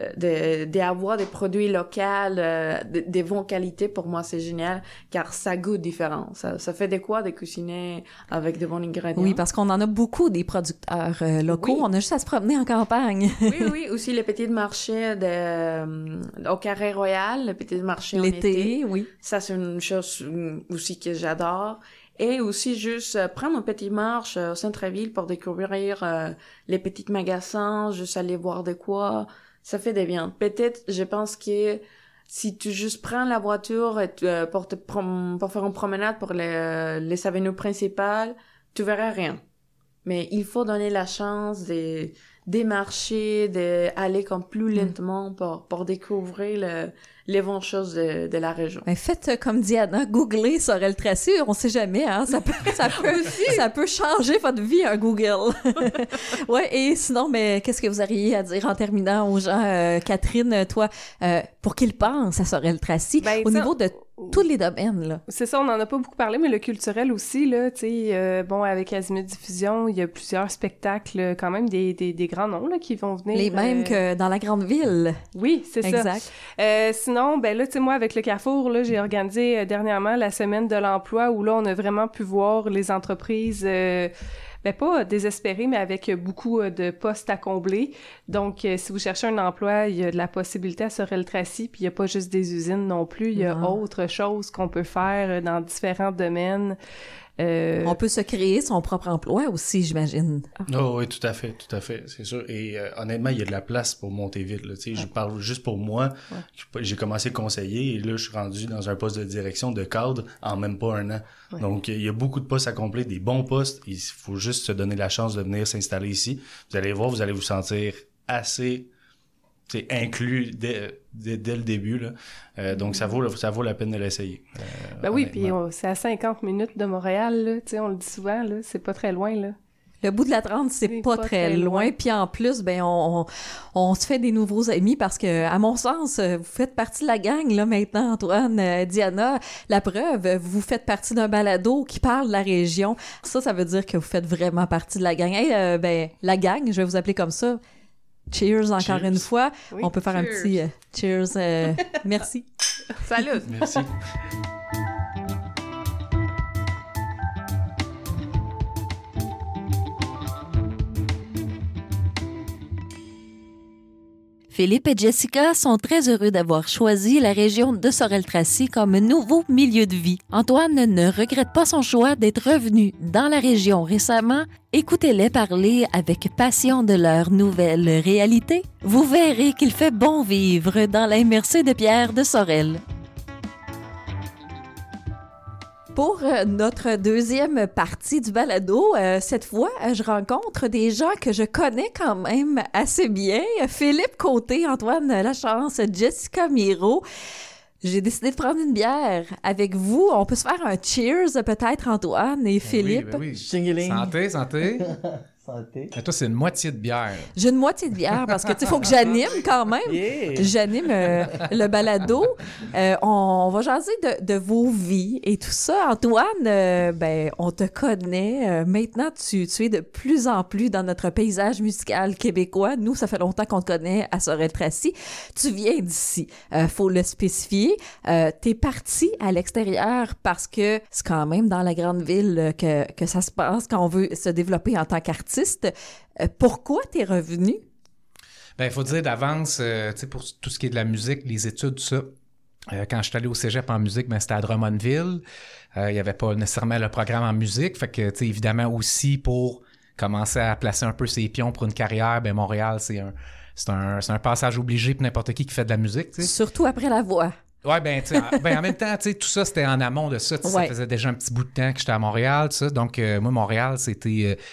de d'avoir des produits locaux euh, de, de bonne qualité, pour moi c'est génial car ça goûte différent, ça, ça fait de quoi de cuisiner avec de bons ingrédients. Oui, parce qu'on en a beaucoup des producteurs euh, locaux, oui. On a juste à se promener en campagne. Oui, oui, aussi les petits marchés de, euh, au Carré Royal, les petits marchés l'été, en été, oui. Ça c'est une chose aussi que j'adore. Et aussi juste euh, prendre une petite marche euh, au centre-ville pour découvrir euh, les petits magasins, juste aller voir de quoi. Ça fait des bien. Peut-être, je pense que si tu juste prends la voiture et tu, euh, pour, te prom- pour faire une promenade pour les, euh, les avenues principales, tu verras rien. Mais il faut donner la chance de démarcher, d'aller comme plus lentement pour, pour découvrir le, les bonnes choses de, de la région. Ben faites comme Diana, googlez Sorel Tracy, on sait jamais, hein, ça peut, ça peut, ça peut changer votre vie, un Google. Ouais, et sinon, mais qu'est-ce que vous auriez à dire en terminant aux gens, euh, Catherine, toi, euh, pour qu'ils pensent à Sorel Tracy, ben, au ça, niveau de tous les domaines, là. C'est ça, on n'en a pas beaucoup parlé, mais le culturel aussi, là, tu sais, euh, bon, avec Azimut Diffusion, il y a plusieurs spectacles, quand même, des, des, des grands noms, là, qui vont venir. Les mêmes euh... que dans la grande ville. Oui, c'est exact. ça. Exact. Euh, sinon, ben là, tu sais, moi, avec le Carrefour, là, j'ai organisé euh, dernièrement la semaine de l'emploi, où là, on a vraiment pu voir les entreprises... Euh, ben pas désespéré, mais avec beaucoup de postes à combler. Donc, euh, si vous cherchez un emploi, il y a de la possibilité à Sorel Tracy, puis il n'y a pas juste des usines non plus, il y a non. autre chose qu'on peut faire dans différents domaines. Euh... On peut se créer son propre emploi aussi, j'imagine. Oh, oui, tout à fait, tout à fait, c'est sûr. Et euh, honnêtement, il y a de la place pour monter vite. Là, ouais. Je parle juste pour moi. Ouais. J'ai commencé conseiller et là, je suis rendu dans un poste de direction de cadre en même pas un an. Ouais. Donc, il y a beaucoup de postes à combler, des bons postes. Il faut juste se donner la chance de venir s'installer ici. Vous allez voir, vous allez vous sentir assez... c'est inclus dès, dès, dès le début, là. Euh, donc, ça vaut, ça vaut la peine de l'essayer. Euh, ben oui, puis c'est à cinquante minutes de Montréal, là. Tu sais, on le dit souvent, là. C'est pas très loin, là. Le bout de la trente, c'est, c'est pas, pas très, très loin. loin. Puis en plus, ben on, on, on se fait des nouveaux amis parce que, à mon sens, vous faites partie de la gang, là, maintenant, Antoine, euh, Diana. La preuve, vous faites partie d'un balado qui parle de la région. Ça, ça veut dire que vous faites vraiment partie de la gang. Hey, euh, ben, la gang, je vais vous appeler comme ça. Cheers encore cheers. Une fois. Oui, on peut faire cheers. Un petit euh, cheers. Euh, merci. Salut. Merci. Philippe et Jessica sont très heureux d'avoir choisi la région de Sorel Tracy comme nouveau milieu de vie. Antoine ne regrette pas son choix d'être revenu dans la région récemment. Écoutez-les parler avec passion de leur nouvelle réalité. Vous verrez qu'il fait bon vivre dans la M R C de Pierre de Sorel. Pour notre deuxième partie du balado, euh, cette fois, je rencontre des gens que je connais quand même assez bien. Philippe Côté, Antoine Lachance, Jessica Miro. J'ai décidé de prendre une bière avec vous. On peut se faire un cheers peut-être, Antoine et Philippe. Ben oui, ben oui. Santé, santé. Santé. Mais toi, c'est une moitié de bière. J'ai une moitié de bière parce que tu sais, il faut que j'anime quand même. Yeah. J'anime euh, le balado. Euh, on va jaser de, de vos vies et tout ça. Antoine, euh, ben, on te connaît. Euh, maintenant, tu, tu es de plus en plus dans notre paysage musical québécois. Nous, ça fait longtemps qu'on te connaît à Sorel Tracy. Tu viens d'ici. Euh, faut le spécifier. Euh, t'es parti à l'extérieur parce que c'est quand même dans la grande ville que, que ça se passe quand on veut se développer en tant qu'artiste. Euh, pourquoi t'es revenu? Ben, il faut dire d'avance, euh, tu sais, pour tout ce qui est de la musique, les études, tout ça. Euh, quand je suis allé au cégep en musique, ben, c'était à Drummondville. Il euh, n'y avait pas nécessairement le programme en musique. Fait que, tu sais, évidemment aussi, pour commencer à placer un peu ses pions pour une carrière, ben, Montréal, c'est un, c'est un, c'est un passage obligé pour n'importe qui qui fait de la musique, tu sais. Surtout après la voix. Ouais, ben, tu sais, ben, en même temps, tu sais, tout ça, c'était en amont de ça. Ouais. Ça faisait déjà un petit bout de temps que j'étais à Montréal, tout ça. Donc, euh, moi, Montréal, c'était... Euh,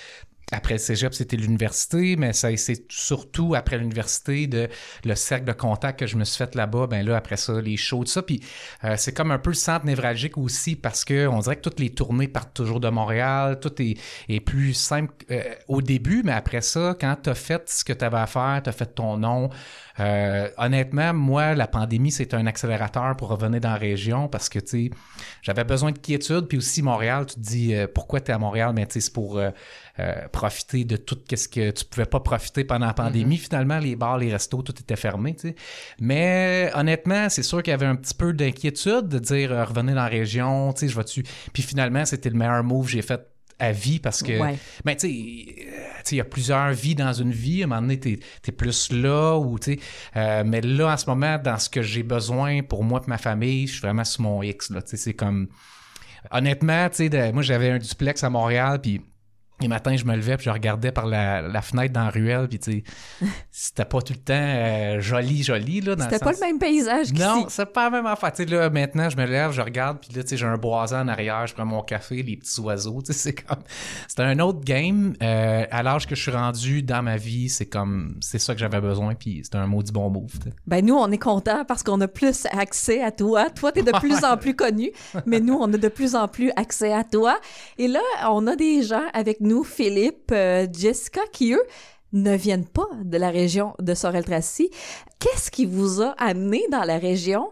après le cégep, c'était l'université, mais ça, c'est surtout après l'université, de, le cercle de contact que je me suis fait là-bas, ben là, après ça, les shows, tout ça. Puis euh, c'est comme un peu le centre névralgique aussi parce qu'on dirait que toutes les tournées partent toujours de Montréal. Tout est, est plus simple euh, au début, mais après ça, quand tu as fait ce que tu avais à faire, tu as fait ton nom. Euh, honnêtement, moi, la pandémie, c'est un accélérateur pour revenir dans la région parce que, tu sais, j'avais besoin de quiétude. Puis aussi, Montréal, tu te dis, euh, pourquoi tu es à Montréal? Mais tu sais, c'est pour euh, euh, profiter de tout ce que tu pouvais pas profiter pendant la pandémie. Mm-hmm. Finalement, les bars, les restos, tout était fermé, tu sais. Mais honnêtement, c'est sûr qu'il y avait un petit peu d'inquiétude de dire, euh, revenez dans la région, tu sais, je vais-tu... Puis finalement, c'était le meilleur move que j'ai fait à vie parce que, ouais. ben, tu sais, il y a plusieurs vies dans une vie. À un moment donné, t'es, t'es plus là ou, tu sais, euh, mais là, en ce moment, dans ce que j'ai besoin pour moi et ma famille, je suis vraiment sur mon X, là, tu sais, c'est comme, honnêtement, tu sais, moi, j'avais un duplex à Montréal, puis les matins, je me levais puis je regardais par la, la fenêtre dans la ruelle puis tu sais, c'était pas tout le temps euh, joli, joli, là. Dans c'était le pas sens... le même paysage qu'ici. Non, c'est pas la même affaire. Tu sais, là, maintenant, je me lève, je regarde puis là, tu sais, j'ai un boisin en arrière, je prends mon café, les petits oiseaux, tu sais, c'est comme... C'est un autre game. Euh, à l'âge que je suis rendu dans ma vie, c'est comme... C'est ça que j'avais besoin puis c'est un maudit bon move, t'sais. Ben nous, on est contents parce qu'on a plus accès à toi. Toi, t'es de plus en plus connu, mais nous, on a de plus en plus accès à toi. Et là, on a des gens avec nous, Nous, Philippe, euh, Jessica, qui, eux, ne viennent pas de la région de Sorel-Tracy. Qu'est-ce qui vous a amené dans la région?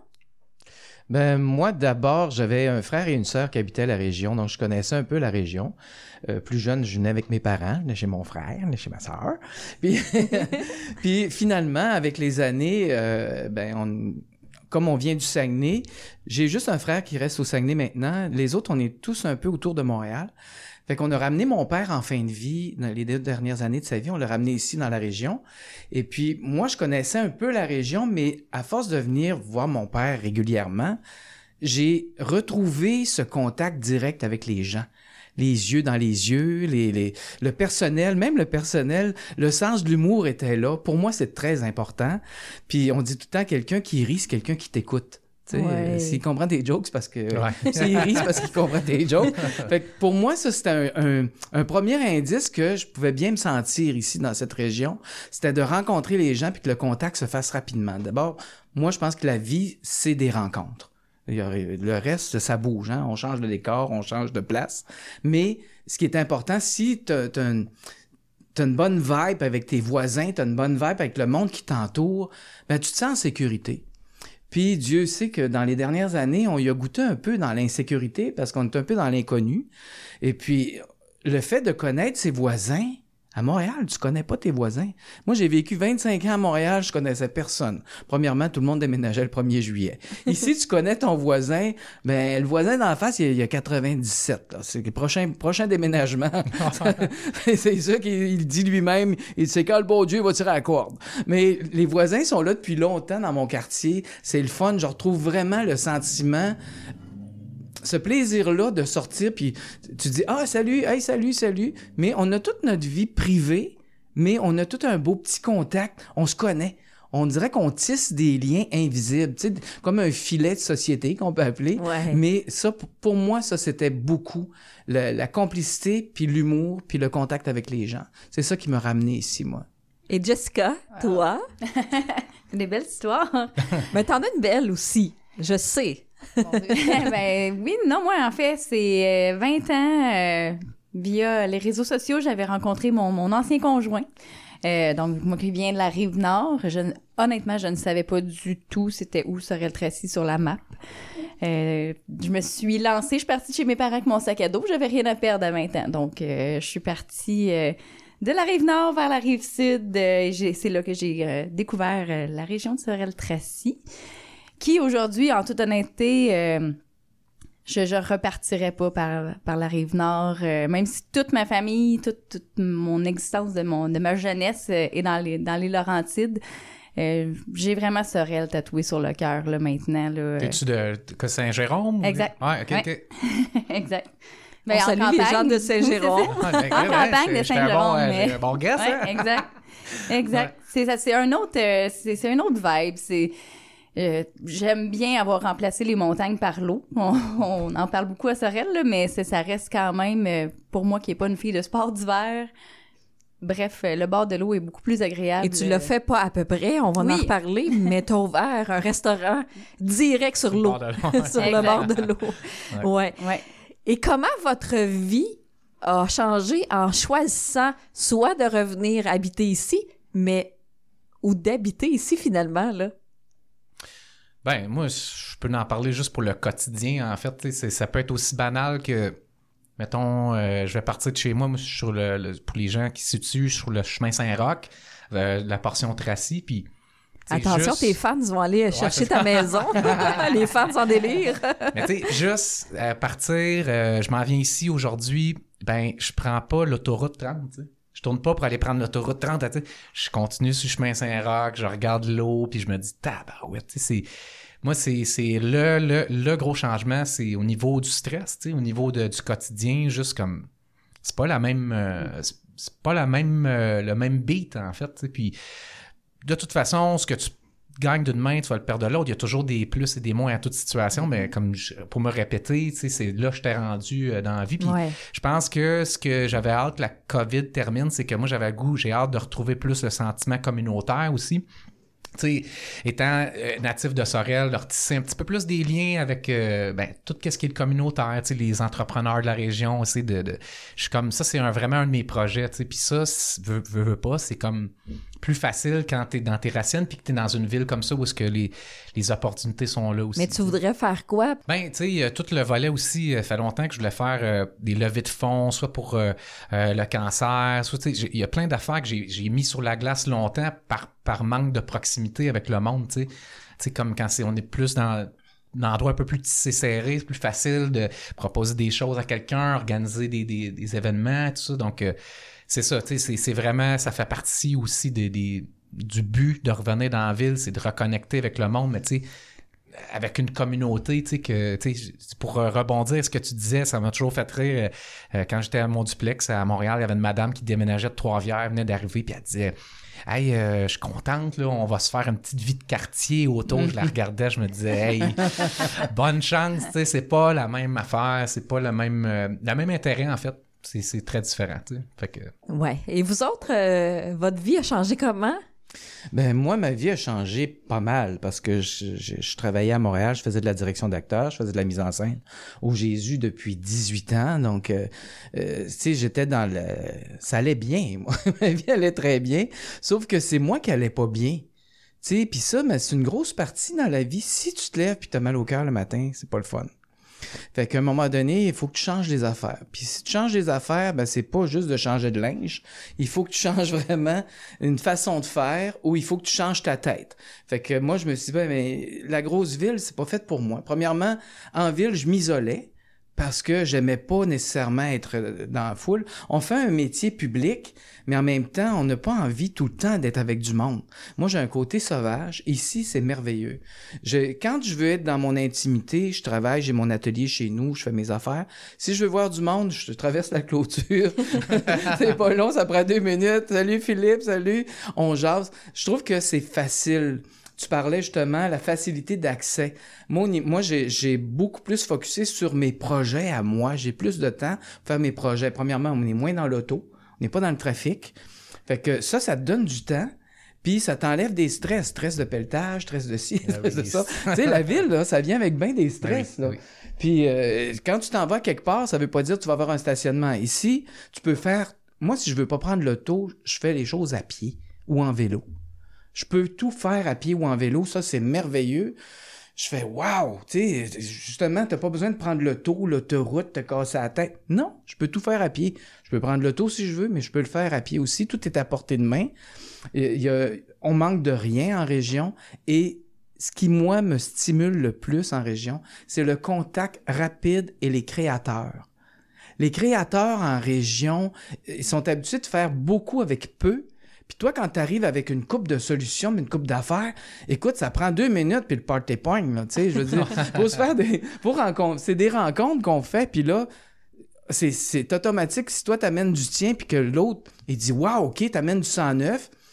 Ben moi, d'abord, j'avais un frère et une sœur qui habitaient la région, donc je connaissais un peu la région. Euh, plus jeune, je venais avec mes parents, je venais chez mon frère, je venais chez ma sœur. Puis, puis finalement, avec les années, euh, ben on... Comme on vient du Saguenay, j'ai juste un frère qui reste au Saguenay maintenant. Les autres, on est tous un peu autour de Montréal. Fait qu'on a ramené mon père en fin de vie, dans les deux dernières années de sa vie, on l'a ramené ici dans la région. Et puis, moi, je connaissais un peu la région, mais à force de venir voir mon père régulièrement, j'ai retrouvé ce contact direct avec les gens. Les yeux dans les yeux, les, les, le personnel, même le personnel, le sens de l'humour était là. Pour moi, c'est très important. Puis on dit tout le temps, quelqu'un qui rit, c'est quelqu'un qui t'écoute. Ouais. Euh, s'il comprend tes jokes, c'est parce que... Ouais. S'il rit, c'est parce qu'il comprend tes jokes. Fait que pour moi, ça, c'était un, un, un premier indice que je pouvais bien me sentir ici, dans cette région. C'était de rencontrer les gens puis que le contact se fasse rapidement. D'abord, moi, je pense que la vie, c'est des rencontres. Le reste, ça bouge, hein? On change de décor, on change de place. Mais ce qui est important, si tu as une, une bonne vibe avec tes voisins, tu as une bonne vibe avec le monde qui t'entoure, ben tu te sens en sécurité. Puis Dieu sait que dans les dernières années, on y a goûté un peu dans l'insécurité parce qu'on est un peu dans l'inconnu. Et puis, le fait de connaître ses voisins, à Montréal, tu connais pas tes voisins. Moi, j'ai vécu vingt-cinq ans à Montréal, je connaissais personne. Premièrement, tout le monde déménageait le premier juillet. Ici, tu connais ton voisin, ben le voisin d'en face, il y a quatre-vingt-dix-sept. Là. C'est le prochain, prochain déménagement. C'est ça qu'il dit lui-même. Il dit, c'est quand le beau Dieu va tirer à la corde. Mais les voisins sont là depuis longtemps dans mon quartier. C'est le fun. Je retrouve vraiment le sentiment... Ce plaisir-là de sortir, puis tu dis « Ah, salut, hey, salut, salut », mais on a toute notre vie privée, mais on a tout un beau petit contact, on se connaît. On dirait qu'on tisse des liens invisibles, tu sais, comme un filet de société qu'on peut appeler. Ouais. Mais ça, pour moi, ça, c'était beaucoup le, la complicité, puis l'humour, puis le contact avec les gens. C'est ça qui m'a ramené ici, moi. Et Jessica, toi? C'est des belles histoires. Mais t'en as une belle aussi, je sais. ben oui, non, moi, en fait, c'est vingt ans, euh, via les réseaux sociaux, j'avais rencontré mon, mon ancien conjoint. Euh, donc, moi qui viens de la Rive-Nord, je, honnêtement, je ne savais pas du tout c'était où Sorel-Tracy sur la map. Euh, je me suis lancée, je suis partie chez mes parents avec mon sac à dos, j'avais rien à perdre à vingt ans. Donc, euh, je suis partie euh, de la Rive-Nord vers la Rive-Sud. Euh, j'ai, c'est là que j'ai euh, découvert euh, la région de Sorel-Tracy. Qui, aujourd'hui, en toute honnêteté, euh, je je repartirais pas par, par la Rive-Nord, euh, même si toute ma famille, toute, toute mon existence de, mon, de ma jeunesse euh, est dans les, dans les Laurentides. Euh, j'ai vraiment Sorel tatoué sur le cœur, là, maintenant. Là. Es-tu de, de Saint-Jérôme? Exact. Oui, OK, ouais. OK. Exact. Mais on salue campagne, les gens de Saint-Jérôme. en campagne de Saint-Jérôme. Bon, mais... bon gars, ça. Ouais, exact. Exact. Ouais. C'est, ça, c'est un autre, euh, c'est, c'est un autre vibe. C'est... Euh, j'aime bien avoir remplacé les montagnes par l'eau. On, on en parle beaucoup à Sorel, là, mais c'est, ça reste quand même, euh, pour moi qui n'est pas une fille de sport d'hiver, bref, le bord de l'eau est beaucoup plus agréable. Et tu le fais pas à peu près, on va Oui. en reparler, mais t'as ouvert un restaurant direct sur l'eau, bord de l'eau. sur le bord de l'eau. Ouais. Ouais. Ouais. Et comment votre vie a changé en choisissant soit de revenir habiter ici, mais ou d'habiter ici finalement, là? Ben, moi, je peux en parler juste pour le quotidien, en fait. Tu sais, c'est- ça peut être aussi banal que, mettons, euh, je vais partir de chez moi, moi je suis sur le, le- pour les gens qui se situent, je suis sur le chemin Saint-Roch, euh, la portion Tracy, puis... tu sais, Attention, juste- tes fans vont aller chercher c'est ta maison. Les fans en délire. Mais tu sais, juste euh, partir, euh, je m'en viens ici aujourd'hui, ben, je prends pas l'autoroute trente, tu sais. Je tourne pas pour aller prendre l'autoroute trente, tu sais. Je continue sur le chemin Saint-Roch, je regarde l'eau, puis je me dis, tabarouette, tu sais, c'est... Moi, c'est, c'est le, le, le gros changement, c'est au niveau du stress, tu sais, au niveau de, du quotidien, juste comme... C'est pas la même... euh, c'est, c'est pas la même, euh, le même beat, en fait, tu sais, puis... De toute façon, ce que tu gagnes d'une main, tu vas le perdre de l'autre. Il y a toujours des plus et des moins à toute situation, mais comme je- pour me répéter, tu sais, c'est là que je t'ai rendu euh, dans la vie. Puis Ouais. je pense que ce que j'avais hâte que la COVID termine, c'est que moi, j'avais le goût, j'ai hâte de retrouver plus le sentiment communautaire aussi. Tu sais, étant euh, natif de Sorel, de retisser un petit peu plus des liens avec euh, ben, tout ce qui est le communautaire, tu sais, les entrepreneurs de la région, aussi de, de, je suis comme ça, c'est un, vraiment un de mes projets, tu sais, puis ça, c'est- veux, veux, veux pas, c'est comme plus facile quand t'es dans tes racines puis que t'es dans une ville comme ça où est-ce que les, les opportunités sont là aussi. Mais tu voudrais faire quoi? Ben, tu sais, euh, tout le volet aussi, ça fait longtemps que je voulais faire euh, des levées de fonds, soit pour euh, euh, le cancer, soit, tu sais, j'ai- il y a plein d'affaires que j'ai, j'ai mis sur la glace longtemps par, par manque de proximité avec le monde, tu sais. Tu sais, comme quand c'est, on est plus dans un endroit un peu plus tissé serré, c'est plus facile de proposer des choses à quelqu'un, organiser des, des, des événements, tout ça. Donc, euh, c'est ça, tu sais, c'est, c'est vraiment, ça fait partie aussi des, des, du but de revenir dans la ville, c'est de reconnecter avec le monde, mais tu sais, avec une communauté, tu sais, que, tu sais, pour euh, rebondir à ce que tu disais, ça m'a toujours fait rire. Euh, quand j'étais à mon duplex à Montréal, il y avait une madame qui déménageait de Trois-Rivières, elle venait d'arriver, puis elle disait « Hey, euh, je suis contente, là, on va se faire une petite vie de quartier autour. » Je la regardais, je me disais « Hey, bonne chance, tu sais, c'est pas la même affaire, c'est pas le même, euh, le même intérêt, en fait. C'est, c'est très différent, tu sais. Fait que... Ouais. Et vous autres, euh, votre vie a changé comment? Ben moi, ma vie a changé pas mal parce que je, je, je travaillais à Montréal, je faisais de la direction d'acteurs, je faisais de la mise en scène au Jésus depuis dix-huit ans. Donc, euh, euh, tu sais, j'étais dans le... Ça allait bien, moi. Ma vie allait très bien, sauf que c'est moi qui allais pas bien. Tu sais, puis ça, mais c'est une grosse partie dans la vie. Si tu te lèves puis t'as mal au cœur le matin, c'est pas le fun. Fait qu'à un moment donné, il faut que tu changes les affaires. Puis si tu changes les affaires, ben c'est pas juste de changer de linge. Il faut que tu changes vraiment une façon de faire ou il faut que tu changes ta tête. Fait que moi, je me suis dit, ben, mais la grosse ville, c'est pas fait pour moi. Premièrement, en ville, je m'isolais parce que j'aimais pas nécessairement être dans la foule. On fait un métier public, mais en même temps, on n'a pas envie tout le temps d'être avec du monde. Moi, j'ai un côté sauvage. Ici, c'est merveilleux. Je, quand je veux être dans mon intimité, je travaille, j'ai mon atelier chez nous, je fais mes affaires. Si je veux voir du monde, je traverse la clôture. C'est pas long, ça prend deux minutes. Salut Philippe, salut. On jase. Je trouve que c'est facile. Tu parlais justement de la facilité d'accès. Moi, moi j'ai, j'ai beaucoup plus focusé sur mes projets à moi. J'ai plus de temps pour faire mes projets. Premièrement, on est moins dans l'auto. On n'est pas dans le trafic. Fait que ça, ça te donne du temps. Puis ça t'enlève des stress. Stress de pelletage, stress de ci, Ah stress oui. de ça. Tu sais, la ville, là, ça vient avec bien des stress. Oui, là. oui. Puis euh, quand tu t'en vas quelque part, ça veut pas dire que tu vas avoir un stationnement. Ici, tu peux faire... Moi, si je veux pas prendre l'auto, je fais les choses à pied ou en vélo. Je peux tout faire à pied ou en vélo, ça c'est merveilleux. Je fais wow, tu sais, justement, t'as pas besoin de prendre l'auto, l'autoroute, te casser la tête. Non, je peux tout faire à pied. Je peux prendre l'auto si je veux, mais je peux le faire à pied aussi. Tout est à portée de main. Il y a, on manque de rien en région et ce qui, moi, me stimule le plus en région, c'est le contact rapide et les créateurs. Les créateurs en région, ils sont habitués de faire beaucoup avec peu. Puis toi, quand tu arrives avec une coupe de solutions, une coupe d'affaires, écoute, ça prend deux minutes puis le party point, là, tu sais, je veux dire, faut se faire des, faut rencontrer, c'est des rencontres qu'on fait, puis là, c'est, c'est automatique. Si toi, t'amènes du tien puis que l'autre, il dit, wow, ok, t'amènes du cent neuf, puis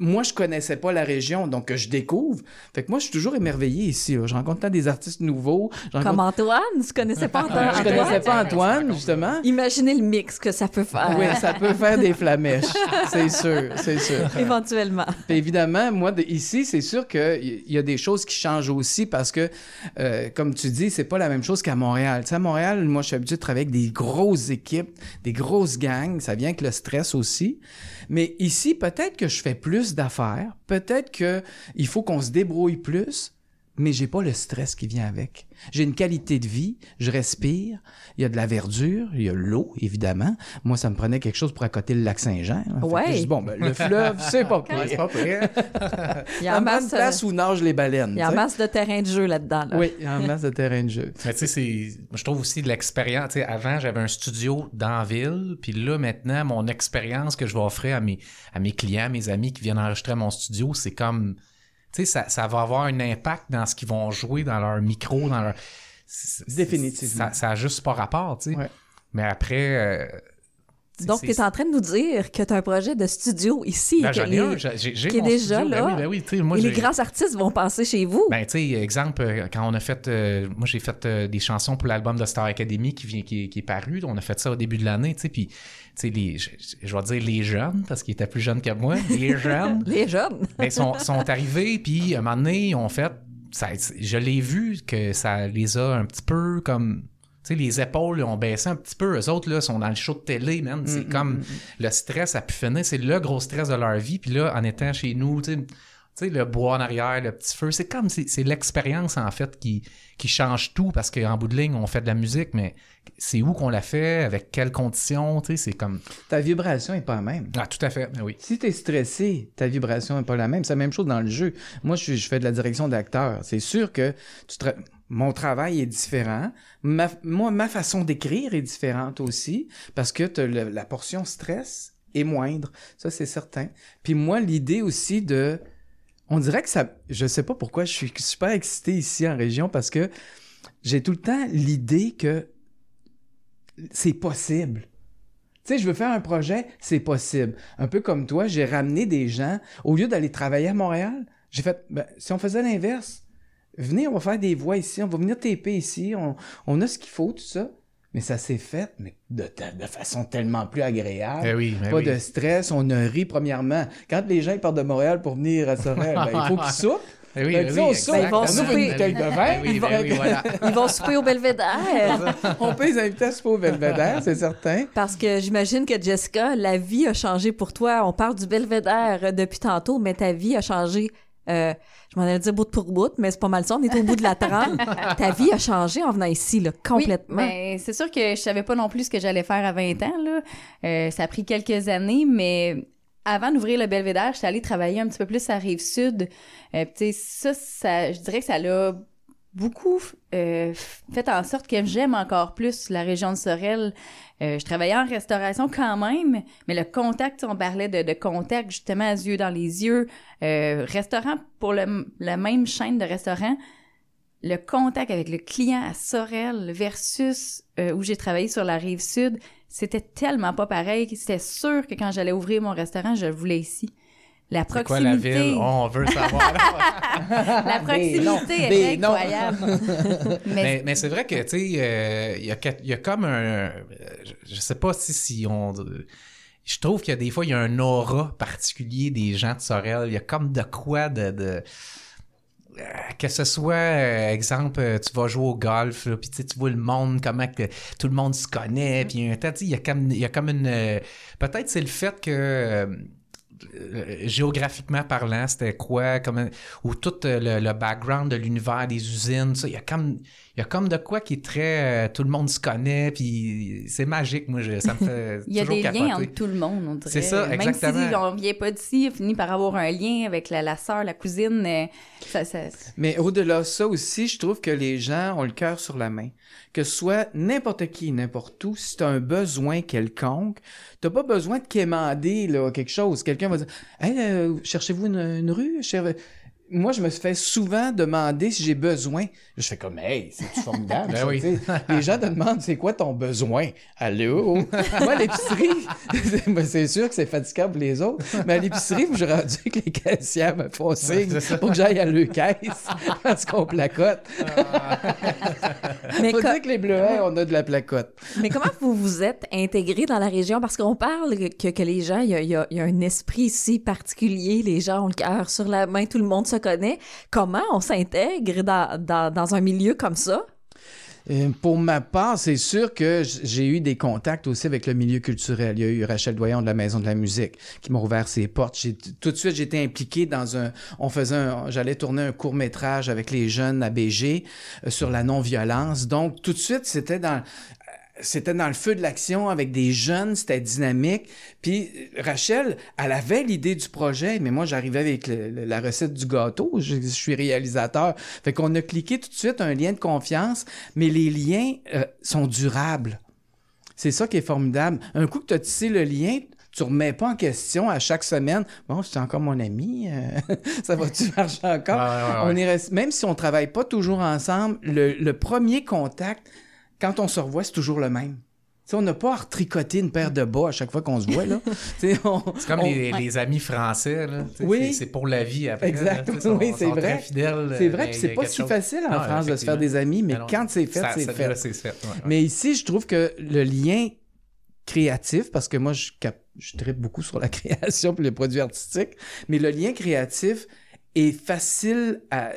moi, je connaissais pas la région, donc que je découvre. Fait que moi, je suis toujours émerveillé ici. Là. Je rencontre tant des artistes nouveaux. Je rencontre... Comme Antoine, tu connaissais pas Antoine? Je connaissais pas Antoine, justement. Imaginez le mix que ça peut faire. Oui, ça peut faire des flamèches, c'est sûr, c'est sûr. Éventuellement. Puis évidemment, moi, de, ici, c'est sûr qu'il y a des choses qui changent aussi parce que, euh, comme tu dis, c'est pas la même chose qu'à Montréal. Tu sais, à Montréal, moi, je suis habitué de travailler avec des grosses équipes, des grosses gangs. Ça vient avec le stress aussi. Mais ici, peut-être que je fais plus d'affaires. Peut-être qu'il faut qu'on se débrouille plus. Mais j'ai pas le stress qui vient avec. J'ai une qualité de vie, je respire, il y a de la verdure, il y a l'eau, évidemment. Moi, ça me prenait quelque chose pour accoter le lac Saint-Jean. Hein. Ouais. Fait que je dis, bon, ben, le fleuve, c'est pas pire. C'est pas pire. Il y a Ça en me prend une masse, place où nagent les baleines. il y a en t'sais. masse de terrain de jeu là-dedans. Là. Oui, il y a en masse de terrain de jeu. Mais tu sais, c'est... je trouve aussi de l'expérience. Tu sais, avant, j'avais un studio dans la ville, puis là, maintenant, mon expérience que je vais offrir à mes, à mes clients, mes amis qui viennent enregistrer à mon studio, c'est comme... Tu sais, ça, ça va avoir un impact dans ce qu'ils vont jouer, dans leur micro, dans leur... C'est, Définitivement. Ça, ça a juste pas rapport, tu sais. Ouais. Mais après... euh, Donc, tu es en train de nous dire que tu as un projet de studio ici. Ben, que j'en ai les- un, j'ai, j'ai qui est mon déjà studio. là. Ben oui, ben oui, tu sais, moi, et les j'ai- grands artistes vont passer chez vous. Ben, tu sais, exemple, euh, quand on a fait... euh, moi, j'ai fait euh, des chansons pour l'album de Star Academy qui, vient, qui, qui est paru. On a fait ça au début de l'année, tu sais, puis... Tu sais, les, je, je vais dire les jeunes, parce qu'ils étaient plus jeunes que moi, les jeunes, les jeunes. ben, sont, sont arrivés, puis à un moment donné, ils ont fait... Ça, je l'ai vu que ça les a un petit peu comme... Tu sais, les épaules ils ont baissé un petit peu. Eux autres, là, sont dans le show de télé, man. C'est Mm, comme... mm, mm. Le stress a pu finir. C'est le gros stress de leur vie. Puis là, en étant chez nous, tu sais... Tu sais, le bois en arrière, le petit feu, c'est comme, c'est, c'est l'expérience, en fait, qui, qui change tout, parce qu'en bout de ligne, on fait de la musique, mais c'est où qu'on la fait, avec quelles conditions, tu sais, c'est comme... Ta vibration est pas la même. Ah, tout à fait, ben oui. Si tu es stressé, ta vibration n'est pas la même. C'est la même chose dans le jeu. Moi, je, je fais de la direction d'acteur. C'est sûr que tu tra- mon travail est différent. Ma, moi, ma façon d'écrire est différente aussi, parce que t'as le- la portion stress est moindre. Ça, c'est certain. Puis moi, l'idée aussi de... On dirait que ça... Je sais pas pourquoi je suis super excité ici en région, parce que j'ai tout le temps l'idée que c'est possible. Tu sais, je veux faire un projet, c'est possible. Un peu comme toi, j'ai ramené des gens, au lieu d'aller travailler à Montréal, j'ai fait, ben, si on faisait l'inverse, venez, on va faire des voix ici, on va venir taper ici, on, on a ce qu'il faut, tout ça. Mais ça s'est fait, mais de, de, de façon tellement plus agréable. Ben oui, ben Pas oui. de stress, on a ri premièrement. Quand les gens ils partent de Montréal pour venir à Sorel, ben, il faut qu'ils soupent. Ben oui, Ben, ben dis, oui, on soupe, ils vont on ouvre souper. une bouteille de vin. Ben oui, ben oui, voilà. Ils vont souper au Belvédère. On peut les inviter à souper au Belvédère, c'est certain. Parce que j'imagine que Jessica, la vie a changé pour toi. On parle du Belvédère euh, depuis tantôt, mais ta vie a changé. Euh, je m'en allais dire bout pour bout, mais c'est pas mal ça. On est au bout de la trame. Ta vie a changé en venant ici, là, complètement. Oui, ben, c'est sûr que je savais pas non plus ce que j'allais faire à vingt ans, là. Euh, ça a pris quelques années, mais avant d'ouvrir le Belvédère, j'étais allée travailler un petit peu plus à Rive-Sud. Euh, tu sais, ça, ça, je dirais que ça l'a beaucoup euh, fait en sorte que j'aime encore plus la région de Sorel. Euh, je travaillais en restauration quand même, mais le contact, on parlait de, de contact justement à yeux dans les yeux. Euh, restaurant, pour le, la même chaîne de restaurants, le contact avec le client à Sorel versus euh, où j'ai travaillé sur la Rive-Sud, c'était tellement pas pareil. C'était sûr que quand j'allais ouvrir mon restaurant, je le voulais ici. La C'est quoi la proximité, ville? Oh, on veut savoir. la proximité Des est noms. incroyable. mais, mais, mais c'est vrai que, tu sais, euh, il y, a, il y a comme un... euh, Je, je sais pas si, si on... Je trouve qu'il y a des fois, il y a un aura particulier des gens de Sorel. Il y a comme de quoi de... de euh, que ce soit, euh, exemple, euh, tu vas jouer au golf, là, puis tu sais, tu vois le monde, comment que tout le monde se connaît, puis un temps, tu sais, il y a comme, il y a comme une... euh, peut-être c'est le fait que... euh, euh, géographiquement parlant, c'était quoi, comme, ou tout euh, le, le background de l'univers des usines, ça, il y a comme, il y a comme de quoi qui est très, euh, tout le monde se connaît, puis c'est magique, moi, je, ça me fait il y a toujours des capoter. liens entre tout le monde, on dirait. C'est ça, Même exactement. si on vient pas d'ici, on finit par avoir un lien avec la, la sœur, la cousine. euh, ça, ça, Mais au-delà de ça aussi, je trouve que les gens ont le cœur sur la main. Que ce soit n'importe qui, n'importe où, si tu as un besoin quelconque, tu n'as pas besoin de quémander là, quelque chose. Quelqu'un va dire « Hey, euh, cherchez-vous une, une rue? Cher- moi, je me fais souvent demander si j'ai besoin. Je fais comme, hey, c'est formidable. Ben ça, oui. tu sais. Les gens te demandent, c'est quoi ton besoin? Allô? Moi, à l'épicerie, ben, c'est sûr que c'est fatigant pour les autres, mais à l'épicerie, je suis rendu que les caissières me font signe pour que j'aille à leur caisse parce qu'on placote. Mais Faut co- dire que les Bleuets, on a de la placote. Mais comment vous vous êtes intégrés dans la région? Parce qu'on parle que, que les gens, il y a, il y a- il y a un esprit ici particulier, les gens ont le cœur sur la main, tout le monde se connaît. Comment on s'intègre dans, dans, dans un milieu comme ça? Euh, Pour ma part, c'est sûr que j- j'ai eu des contacts aussi avec le milieu culturel. Il y a eu Rachel Doyon de la Maison de la musique qui m'a ouvert ses portes. J'ai, tout de suite, j'étais impliqué dans un... On faisait un... J'allais tourner un court-métrage avec les jeunes à B G euh, sur la non-violence. Donc, tout de suite, c'était dans... C'était dans le feu de l'action avec des jeunes, c'était dynamique. Puis Rachel, elle avait l'idée du projet, mais moi, j'arrivais avec le- le- la recette du gâteau. Je, je suis réalisateur. Fait qu'on a cliqué tout de suite un lien de confiance, mais les liens euh, sont durables. C'est ça qui est formidable. Un coup que tu as tissé le lien, tu remets pas en question à chaque semaine. Bon, c'est encore mon ami, euh, ça va-tu marcher encore? Ouais, ouais, ouais. On est rest- Même si on travaille pas toujours ensemble, le, le premier contact, quand on se revoit, c'est toujours le même. T'sais, on n'a pas à retricoter une paire de bas à chaque fois qu'on se voit, là. T'sais, on- C'est comme on- les, les amis français, là. Tu sais, Oui. c'est, c'est pour la vie après. Exact. Là, tu sais, sont- Oui, c'est sont vrai. très fidèles. C'est euh, vrai, mais puis il y c'est a pas quelque si chose- facile en Non, France de se faire effectivement. des amis, mais Ah non. quand c'est fait, Ça- c'est ça- fait. là, c'est fait. Ouais, ouais. Mais ici, je trouve que le lien créatif, parce que moi, je, cap- je tripe beaucoup sur la création et les produits artistiques, mais le lien créatif est facile à...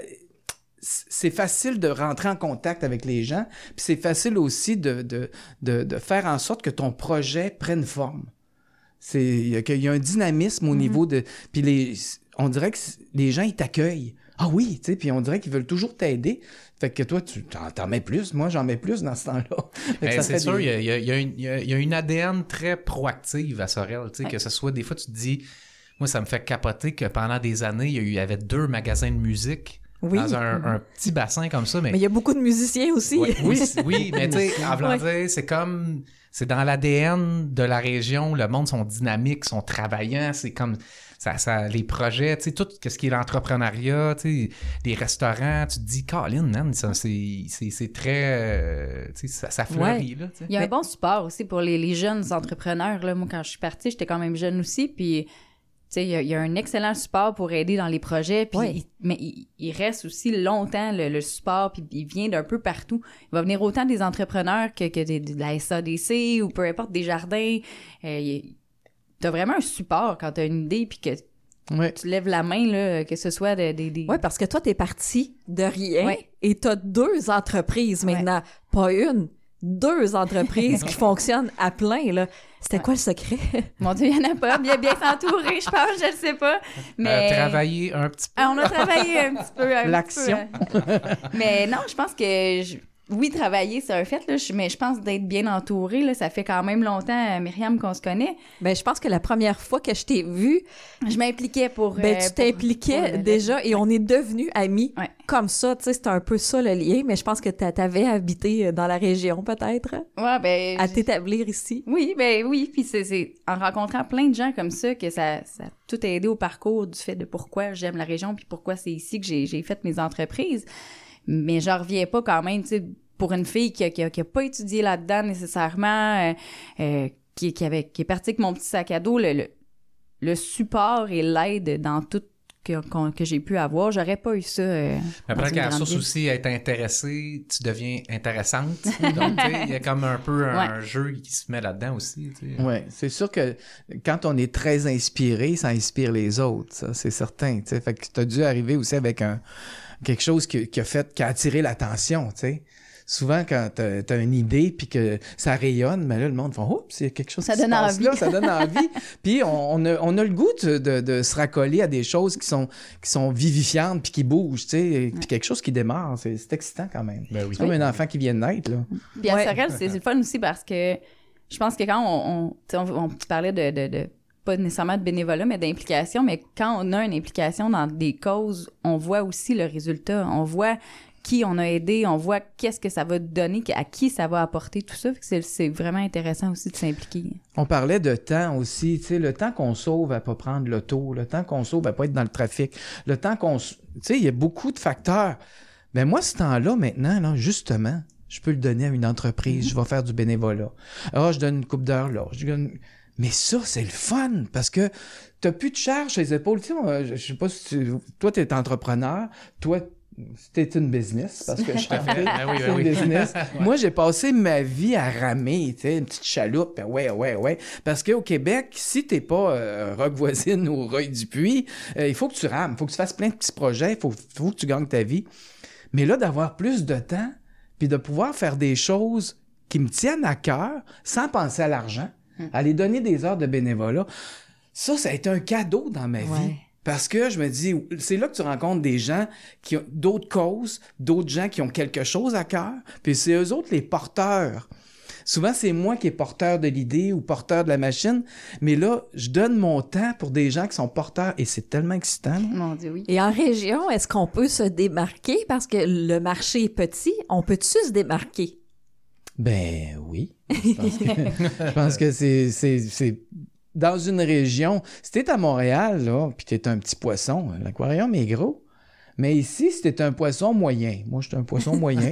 C'est facile de rentrer en contact avec les gens, puis c'est facile aussi de, de, de, de faire en sorte que ton projet prenne forme. C'est, il y a, qu'il y a un dynamisme au niveau de... Puis les, on dirait que les gens, ils t'accueillent. Ah oui, tu sais, puis on dirait qu'ils veulent toujours t'aider. Fait que toi, tu t'en, t'en mets plus. Moi, j'en mets plus dans ce temps-là. Fait que Ben, ça c'est fait sûr, des- il y, a, il y a- il y a une- il y a- il y a une A D N très proactive à Sorel. Tu sais, que ce soit, des fois, tu te dis, moi, ça me fait capoter que pendant des années, il y, a eu, il y avait deux magasins de musique Oui. dans un, un petit bassin comme ça. Mais, Mais il y a beaucoup de musiciens aussi. oui, oui, c'est- oui, mais tu sais, en voulant dire, c'est comme, c'est dans l'A D N de la région, le monde sont dynamiques, sont travaillants, c'est comme, ça, ça, les projets, tu sais, tout ce qui est l'entrepreneuriat, tu sais, les restaurants, tu te dis, Colin, man, ça, c'est, c'est, c'est très, euh, tu sais, ça, ça fleurit, là, tu sais. Il y a un bon support aussi pour les, les jeunes entrepreneurs. Là. Moi, quand je suis partie, j'étais quand même jeune aussi. Puis, tu sais, il y, a, il y a un excellent support pour aider dans les projets. Puis, Ouais. il- mais il, il reste aussi longtemps le, le support. Puis, il vient d'un peu partout. Il va venir autant des entrepreneurs que, que des- de la S A D C ou peu importe, des jardins. Euh, il- t'as vraiment un support quand t'as une idée puis que Ouais. tu lèves la main, là, que ce soit de- des... des... Oui, parce que toi, t'es parti de rien Ouais. et t'as deux entreprises maintenant. Pas une, deux entreprises qui fonctionnent à plein, là. C'était Ouais. quoi le secret? Mon Dieu, il y en a pas. Bien, bien s'entourer, je pense, je le sais pas. Mais... Euh, travailler un petit peu. Ah, on a travaillé un petit peu. un L'action. petit peu, hein. Mais non, je pense que... je- Oui, travailler, c'est un fait, là, je- mais je pense d'être bien entourée, là, ça fait quand même longtemps, euh, Myriam, qu'on se connaît. Ben, je pense que la première fois que je t'ai vue, Je m'impliquais pour... ben, euh, tu pour- t'impliquais pour le- déjà et on est devenus amis Ouais. comme ça. Tu sais, c'était un peu ça le lien, mais je pense que t'a- t'avais habité dans la région, peut-être, Ouais, ben... à je- t'établir ici. Oui, ben oui, puis c'est, c'est en rencontrant plein de gens comme ça que ça, ça a tout aidé au parcours du fait de pourquoi j'aime la région puis pourquoi c'est ici que j'ai, j'ai fait mes entreprises. Mais j'en reviens pas quand même, tu sais, pour une fille qui a, qui a, qui a pas étudié là-dedans nécessairement, euh, euh, qui, qui, avait, qui est partie avec mon petit sac à dos, le, le, le support et l'aide dans tout que, qu'on- que j'ai pu avoir, j'aurais pas eu ça. Euh, dans Après une qu'à la grande source ville. aussi, être intéressé, tu deviens intéressante. Donc, tu sais, il y a comme un peu un jeu qui se met là-dedans aussi. Tu sais. Oui, c'est sûr que quand on est très inspiré, ça inspire les autres, ça, c'est certain. Tu sais. Fait que tu as dû arriver aussi avec un quelque chose qui, qui a fait, qui a attiré l'attention, tu sais. Souvent, quand t'as, t'as une idée puis que ça rayonne, mais là, le monde fait « Oups, il y a quelque chose Ça qui se donne passe envie. là, ça donne envie. » Puis on, on, a, on a le goût de, de, de se racoler à des choses qui sont, qui sont vivifiantes puis qui bougent, tu sais, puis quelque chose qui démarre. C'est, c'est excitant quand même. Ben oui. C'est comme un enfant qui vient de naître, là. Puis à Ouais. Sorel, c'est, c'est le fun aussi parce que je pense que quand on, on, tu sais, on, on tu parlais de, de, de pas nécessairement de bénévolat, mais d'implication, mais quand on a une implication dans des causes, on voit aussi le résultat. On voit qui on a aidé, on voit qu'est-ce que ça va donner, à qui ça va apporter, tout ça. Fait que c'est, c'est vraiment intéressant aussi de s'impliquer. On parlait de temps aussi, tu sais, le temps qu'on sauve à pas prendre l'auto, le temps qu'on sauve à pas être dans le trafic, le temps qu'on... Tu sais, il y a beaucoup de facteurs. Mais moi, ce temps-là, maintenant, là, justement, je peux le donner à une entreprise, mm-hmm. je vais faire du bénévolat. Ah, je donne une couple d'heures là. Je donne... Mais ça, c'est le fun, parce que t'as plus de charge sur les épaules. Tu sais, moi, je sais pas si tu... Toi, t'es entrepreneur, toi... C'était une business, parce que je t'ai fait ben oui, ben une oui. business. Ouais. Moi, j'ai passé ma vie à ramer, tu sais, une petite chaloupe, ouais, ouais, ouais. Parce qu'au Québec, si t'es pas euh, Rock Voisine ou Roy Dupuis, euh, il faut que tu rames, il faut que tu fasses plein de petits projets, il faut, faut que tu gagnes ta vie. Mais là, d'avoir plus de temps, puis de pouvoir faire des choses qui me tiennent à cœur, sans penser à l'argent, hum. aller donner des heures de bénévolat, ça, ça a été un cadeau dans ma ouais. vie. Parce que je me dis, c'est là que tu rencontres des gens qui ont d'autres causes, d'autres gens qui ont quelque chose à cœur, puis c'est eux autres les porteurs. Souvent, c'est moi qui est porteur de l'idée ou porteur de la machine, mais là, je donne mon temps pour des gens qui sont porteurs et c'est tellement excitant. Là. Mon Dieu, oui. Et en région, est-ce qu'on peut se démarquer? Parce que le marché est petit, on peut-tu se démarquer? Ben oui. Je pense que, je pense que c'est... c'est, c'est... Dans une région, si t'es à Montréal, là, puis t'es un petit poisson, l'aquarium est gros. Mais ici, si t'es un poisson moyen, moi, je suis un poisson moyen,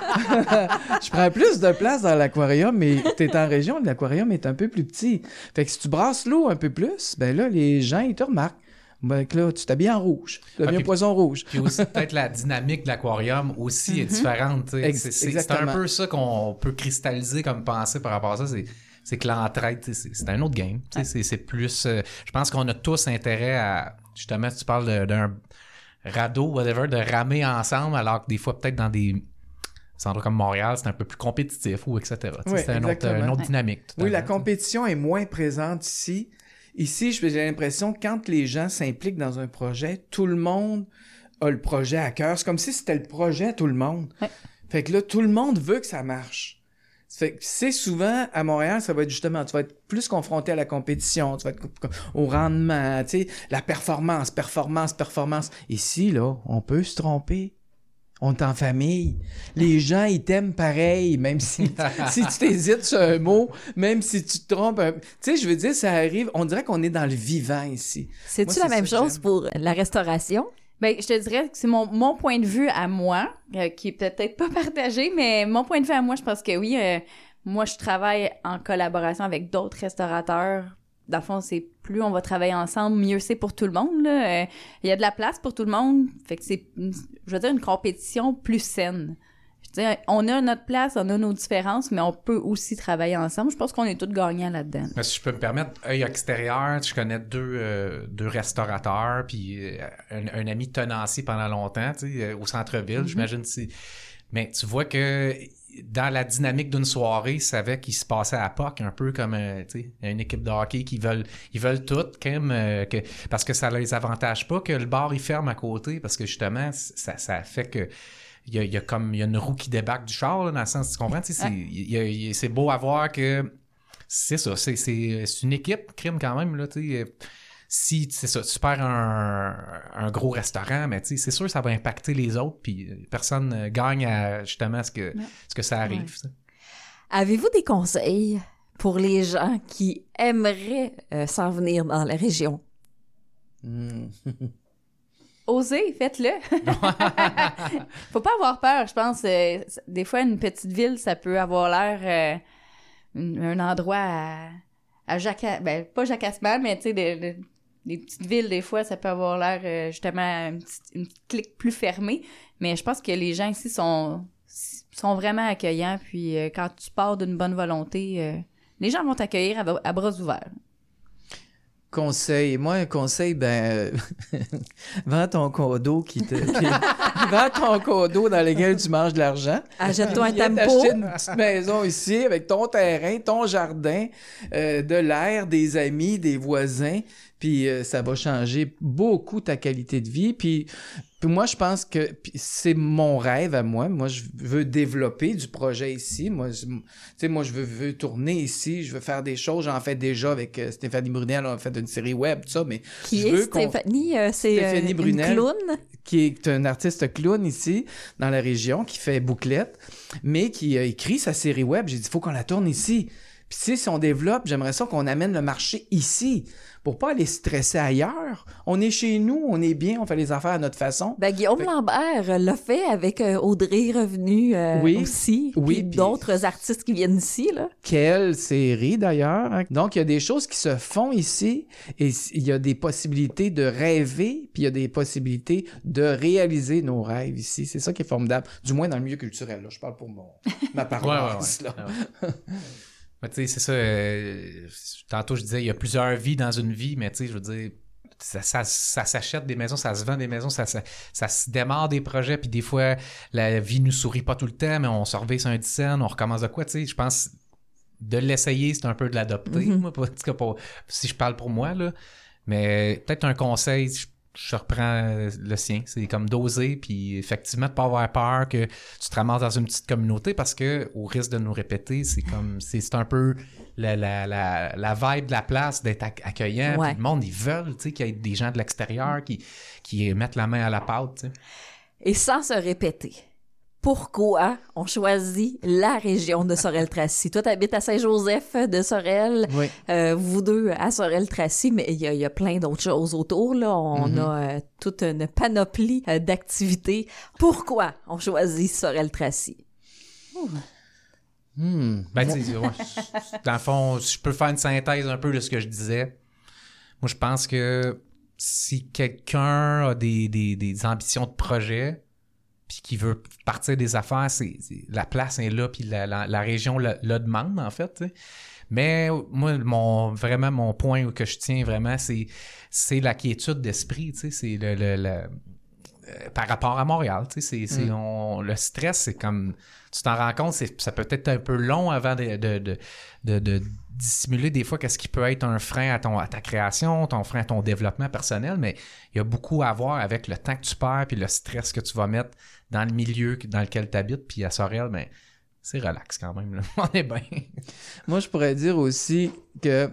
je prends plus de place dans l'aquarium, mais t'es en région, l'aquarium est un peu plus petit. Fait que si tu brasses l'eau un peu plus, ben là, les gens, ils te remarquent. Ben là, tu t'habilles en rouge. Tu deviens ah, poisson rouge. Puis aussi, peut-être la dynamique de l'aquarium aussi mm-hmm. est différente. Ex- c'est, c'est, c'est un peu ça qu'on peut cristalliser comme pensée par rapport à ça. C'est... C'est que l'entraide, c'est, c'est un autre game. Ouais. C'est, c'est plus... Euh, je pense qu'on a tous intérêt à... Justement, tu parles de, d'un radeau, whatever, de ramer ensemble, alors que des fois, peut-être dans des endroits comme Montréal, c'est un peu plus compétitif, ou et cetera. Oui, c'est un autre, une autre dynamique. Oui, la compétition est moins présente ici. Ici, j'ai l'impression que quand les gens s'impliquent dans un projet, tout le monde a le projet à cœur. C'est comme si c'était le projet à tout le monde. Ouais. Fait que là, tout le monde veut que ça marche. Fait que c'est souvent, à Montréal, ça va être justement, tu vas être plus confronté à la compétition, tu vas être au rendement, tu sais, la performance, performance, performance. Ici, là, on peut se tromper. On est en famille. Les gens, ils t'aiment pareil, même si, si tu t'hésites sur un mot, même si tu te trompes. Un... Tu sais, je veux dire, ça arrive, on dirait qu'on est dans le vivant ici. C'est-tu Moi, la même chose pour la restauration? Ben, je te dirais que c'est mon, mon point de vue à moi, euh, qui est peut-être pas partagé, mais mon point de vue à moi, je pense que oui, euh, moi, je travaille en collaboration avec d'autres restaurateurs. Dans le fond, c'est plus on va travailler ensemble, mieux c'est pour tout le monde, là. Euh, il y a de la place pour tout le monde. Fait que c'est, je veux dire, une compétition plus saine. Je veux dire, on a notre place, on a nos différences, mais on peut aussi travailler ensemble. Je pense qu'on est tous gagnants là-dedans. Mais si je peux me permettre, œil extérieur, je connais deux, euh, deux restaurateurs, puis euh, un, un ami tenancier pendant longtemps, tu sais, euh, au centre-ville, mm-hmm. j'imagine. C'est... Mais tu vois que dans la dynamique d'une soirée, ils savaient qu'il se passait à P O C, un peu comme euh, tu sais, une équipe de hockey qui veulent, ils veulent tout, quand même, euh, que, parce que ça les avantage pas que le bar il ferme à côté, parce que justement, ça, ça fait que il y a, il y a comme il y a une roue qui débarque du char, là, dans le sens, tu comprends? C'est, ouais. il y a, il y a, c'est beau à voir que c'est ça, c'est, c'est, c'est une équipe, crime quand même, là, tu sais. Si, c'est ça, tu perds un, un gros restaurant, mais tu sais, c'est sûr que ça va impacter les autres, puis personne gagne à justement ce que, ouais. ce que ça arrive. Ouais. Avez-vous des conseils pour les gens qui aimeraient euh, s'en venir dans la région? Mm. Osez, faites-le. Faut pas avoir peur, je pense. Euh, des fois, une petite ville, ça peut avoir l'air euh, un, un endroit à, à Jaca... ben pas jacassement, mais tu sais, de, de, les petites villes, des fois, ça peut avoir l'air euh, justement une petite, une petite clique plus fermée. Mais je pense que les gens ici sont, sont vraiment accueillants. Puis euh, quand tu pars d'une bonne volonté, euh, les gens vont t'accueillir à, à bras ouverts. Conseil. Moi, un conseil, ben, vends ton condo qui te... Qui... vends ton condo dans lequel tu manges de l'argent. Achète-toi un tempo. T'achètes une petite maison ici avec ton terrain, ton jardin, euh, de l'air, des amis, des voisins. puis euh, ça va changer beaucoup ta qualité de vie. Puis, puis moi, je pense que c'est mon rêve à moi. Moi, je veux développer du projet ici. Moi, tu sais, moi, je veux, veux tourner ici. Je veux faire des choses. J'en fais déjà avec euh, Stéphanie Brunel. On a fait une série web, tout ça. Mais Qui je est veux qu'on... Stéphanie? Euh, c'est Stéphanie euh, Brunel, une clown? Qui est un artiste clown ici, dans la région, qui fait bouclette, mais qui a écrit sa série web. J'ai dit, il faut qu'on la tourne ici. Puis tu sais, si on développe, j'aimerais ça qu'on amène le marché ici, pour pas aller stresser ailleurs. On est chez nous, on est bien, on fait les affaires à notre façon. Ben, Guillaume Fait... Lambert l'a fait avec euh, Audrey Revenu euh, oui, aussi, oui, puis puis... d'autres artistes qui viennent ici, là. Quelle série, d'ailleurs. Hein? Donc, il y a des choses qui se font ici, et il y a des possibilités de rêver, puis il y a des possibilités de réaliser nos rêves ici. C'est ça qui est formidable, du moins dans le milieu culturel. Là. Je parle pour mon, ma paroisse. ouais, ouais, ouais. là. Ah ouais. Mais tu sais, c'est ça. Euh, tantôt, je disais, il y a plusieurs vies dans une vie, mais tu sais, je veux dire, ça, ça, ça s'achète des maisons, ça se vend des maisons, ça, ça, ça se démarre des projets, puis des fois, la vie nous sourit pas tout le temps, mais on se réveille sur un dix cents, on recommence de quoi, tu sais. Je pense de l'essayer, c'est un peu de l'adopter. Mm-hmm. Moi, en tout cas, pour, si je parle pour moi, là. Mais peut-être un conseil, je, je reprends le sien, c'est comme d'oser, puis effectivement de pas avoir peur que tu te ramasses dans une petite communauté, parce que au risque de nous répéter, c'est comme c'est, c'est un peu la, la, la, la vibe de la place, d'être accueillant, ouais. Puis le monde, ils veulent, tu sais, qu'il y ait des gens de l'extérieur qui, qui mettent la main à la pâte, tu sais. Et sans se répéter, pourquoi on choisit la région de Sorel-Tracy? Toi, tu habites à Saint-Joseph de Sorel, Oui. euh, vous deux à Sorel-Tracy, mais il y, y a plein d'autres choses autour. Là. On Mm-hmm. a euh, toute une panoplie euh, d'activités. Pourquoi on choisit Sorel-Tracy? Hmm. Ben, tu sais, ouais, dans le fond, si je peux faire une synthèse un peu de ce que je disais, moi, je pense que si quelqu'un a des, des, des ambitions de projet, puis qui veut partir des affaires, c'est, c'est la place est là, puis la, la, la région le, le demande, en fait, t'sais. Mais moi, mon, vraiment, mon point que je tiens vraiment, c'est, c'est la quiétude d'esprit, tu sais, c'est le, le, le euh, par rapport à Montréal, tu sais, c'est, c'est, mm. on, le stress, c'est comme, tu t'en rends compte, c'est, ça peut être un peu long avant de, de, de, de, de dissimuler des fois qu'est-ce qui peut être un frein à, ton, à ta création, ton frein à ton développement personnel, mais il y a beaucoup à voir avec le temps que tu perds puis le stress que tu vas mettre dans le milieu dans lequel tu habites, puis à Sorel, ben, c'est relax quand même, là. On est bien. Moi, je pourrais dire aussi que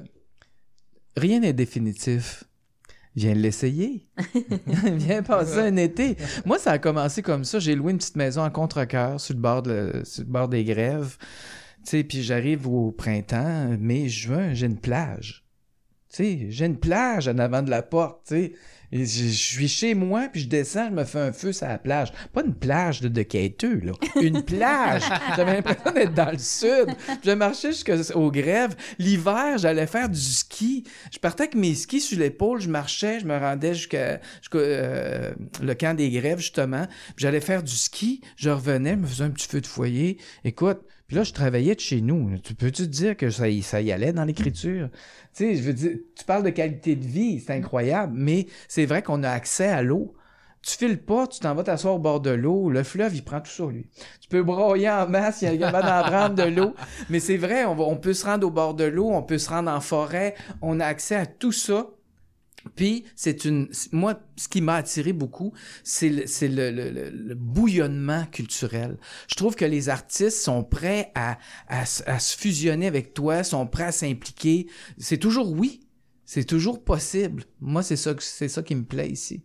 rien n'est définitif. Viens l'essayer. Viens passer un été. Moi, ça a commencé comme ça. J'ai loué une petite maison à Contrecœur sur le bord, de, sur le bord des Grèves. Tu sais, puis j'arrive au printemps, mai, juin, j'ai une plage. Tu sais, j'ai une plage en avant de la porte, tu sais. Et je, je suis chez moi, puis je descends, je me fais un feu sur la plage. Pas une plage de, de quêteux, là. Une plage! J'avais l'impression d'être dans le sud. Je marchais jusqu'aux Grèves. L'hiver, j'allais faire du ski. Je partais avec mes skis sur l'épaule, je marchais, je me rendais jusqu'à, jusqu'à euh, le camp des Grèves, justement. Puis j'allais faire du ski, je revenais, je me faisais un petit feu de foyer. Écoute, puis là, je travaillais de chez nous. Tu peux-tu te dire que ça y, ça y allait dans l'écriture? Tu sais, je veux dire, tu parles de qualité de vie, c'est incroyable, mais c'est vrai qu'on a accès à l'eau. Tu files pas, tu t'en vas t'asseoir au bord de l'eau, le fleuve, il prend tout ça, lui. Tu peux broyer en masse, il y a quelqu'un d'en prendre de l'eau. Mais c'est vrai, on, va, on peut se rendre au bord de l'eau, on peut se rendre en forêt, on a accès à tout ça. Puis, c'est une... Moi, ce qui m'a attiré beaucoup, c'est le, c'est le, le, le, le bouillonnement culturel. Je trouve que les artistes sont prêts à, à, à se fusionner avec toi, sont prêts à s'impliquer. C'est toujours oui. C'est toujours possible. Moi, c'est ça, c'est ça qui me plaît ici.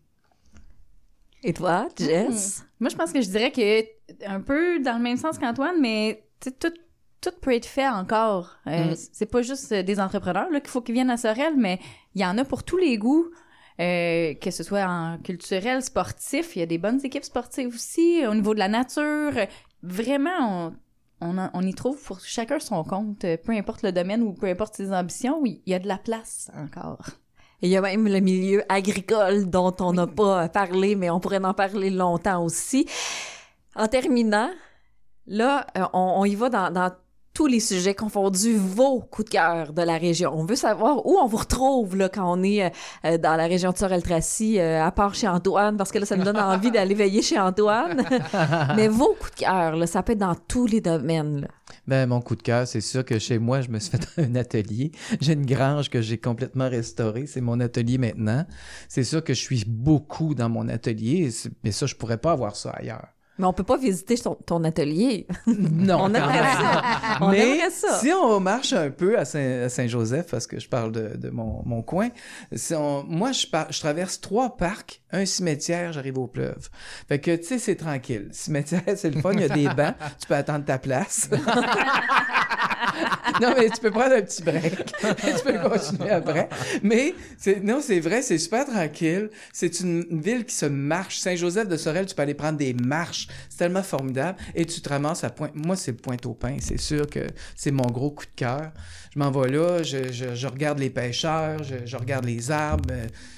Et toi, Jess? Mmh. Moi, je pense que je dirais que un peu dans le même sens qu'Antoine, mais tout... Tout peut être fait encore. Euh, mm. C'est pas juste des entrepreneurs là, qu'il faut qu'ils viennent à Sorel, mais il y en a pour tous les goûts, euh, que ce soit en culturel, sportif. Il y a des bonnes équipes sportives aussi, au niveau de la nature. Vraiment, on, on, on y trouve pour chacun son compte, peu importe le domaine ou peu importe ses ambitions. Oui, il y a de la place encore. Il y a même le milieu agricole dont on n'a pas parlé, mais on pourrait en parler longtemps aussi. En terminant, là, on, on y va dans... dans tous les sujets confondus, vos coups de cœur de la région. On veut savoir où on vous retrouve là, quand on est euh, dans la région de Sorel-Tracy, euh, à part chez Antoine, parce que là, ça me donne envie d'aller veiller chez Antoine. Mais vos coups de cœur, là, ça peut être dans tous les domaines. Là. Ben, mon coup de cœur, c'est sûr que chez moi, je me suis fait un atelier. J'ai une grange que j'ai complètement restaurée. C'est mon atelier maintenant. C'est sûr que je suis beaucoup dans mon atelier, mais ça, je pourrais pas avoir ça ailleurs. Mais on peut pas visiter ton, ton atelier. Non, on aimerait ça. On mais aimerait ça. Si on marche un peu à, Saint, à Saint-Joseph, parce que je parle de, de mon, mon coin, si on, moi, je, par, je traverse trois parcs, un cimetière, j'arrive au fleuve. Fait que, tu sais, c'est tranquille. Cimetière, c'est le fun, il y a des bancs, tu peux attendre ta place. Non, mais tu peux prendre un petit break. Tu peux continuer après. Mais, c'est, non, c'est vrai, c'est super tranquille. C'est une, une ville qui se marche. Saint-Joseph-de-Sorel, tu peux aller prendre des marches. C'est tellement formidable. Et tu te ramasses à Pointe... Moi, c'est Pointe-au-Pin. C'est sûr que c'est mon gros coup de cœur. Je m'en vais là, je, je, je regarde les pêcheurs, je, je regarde les arbres.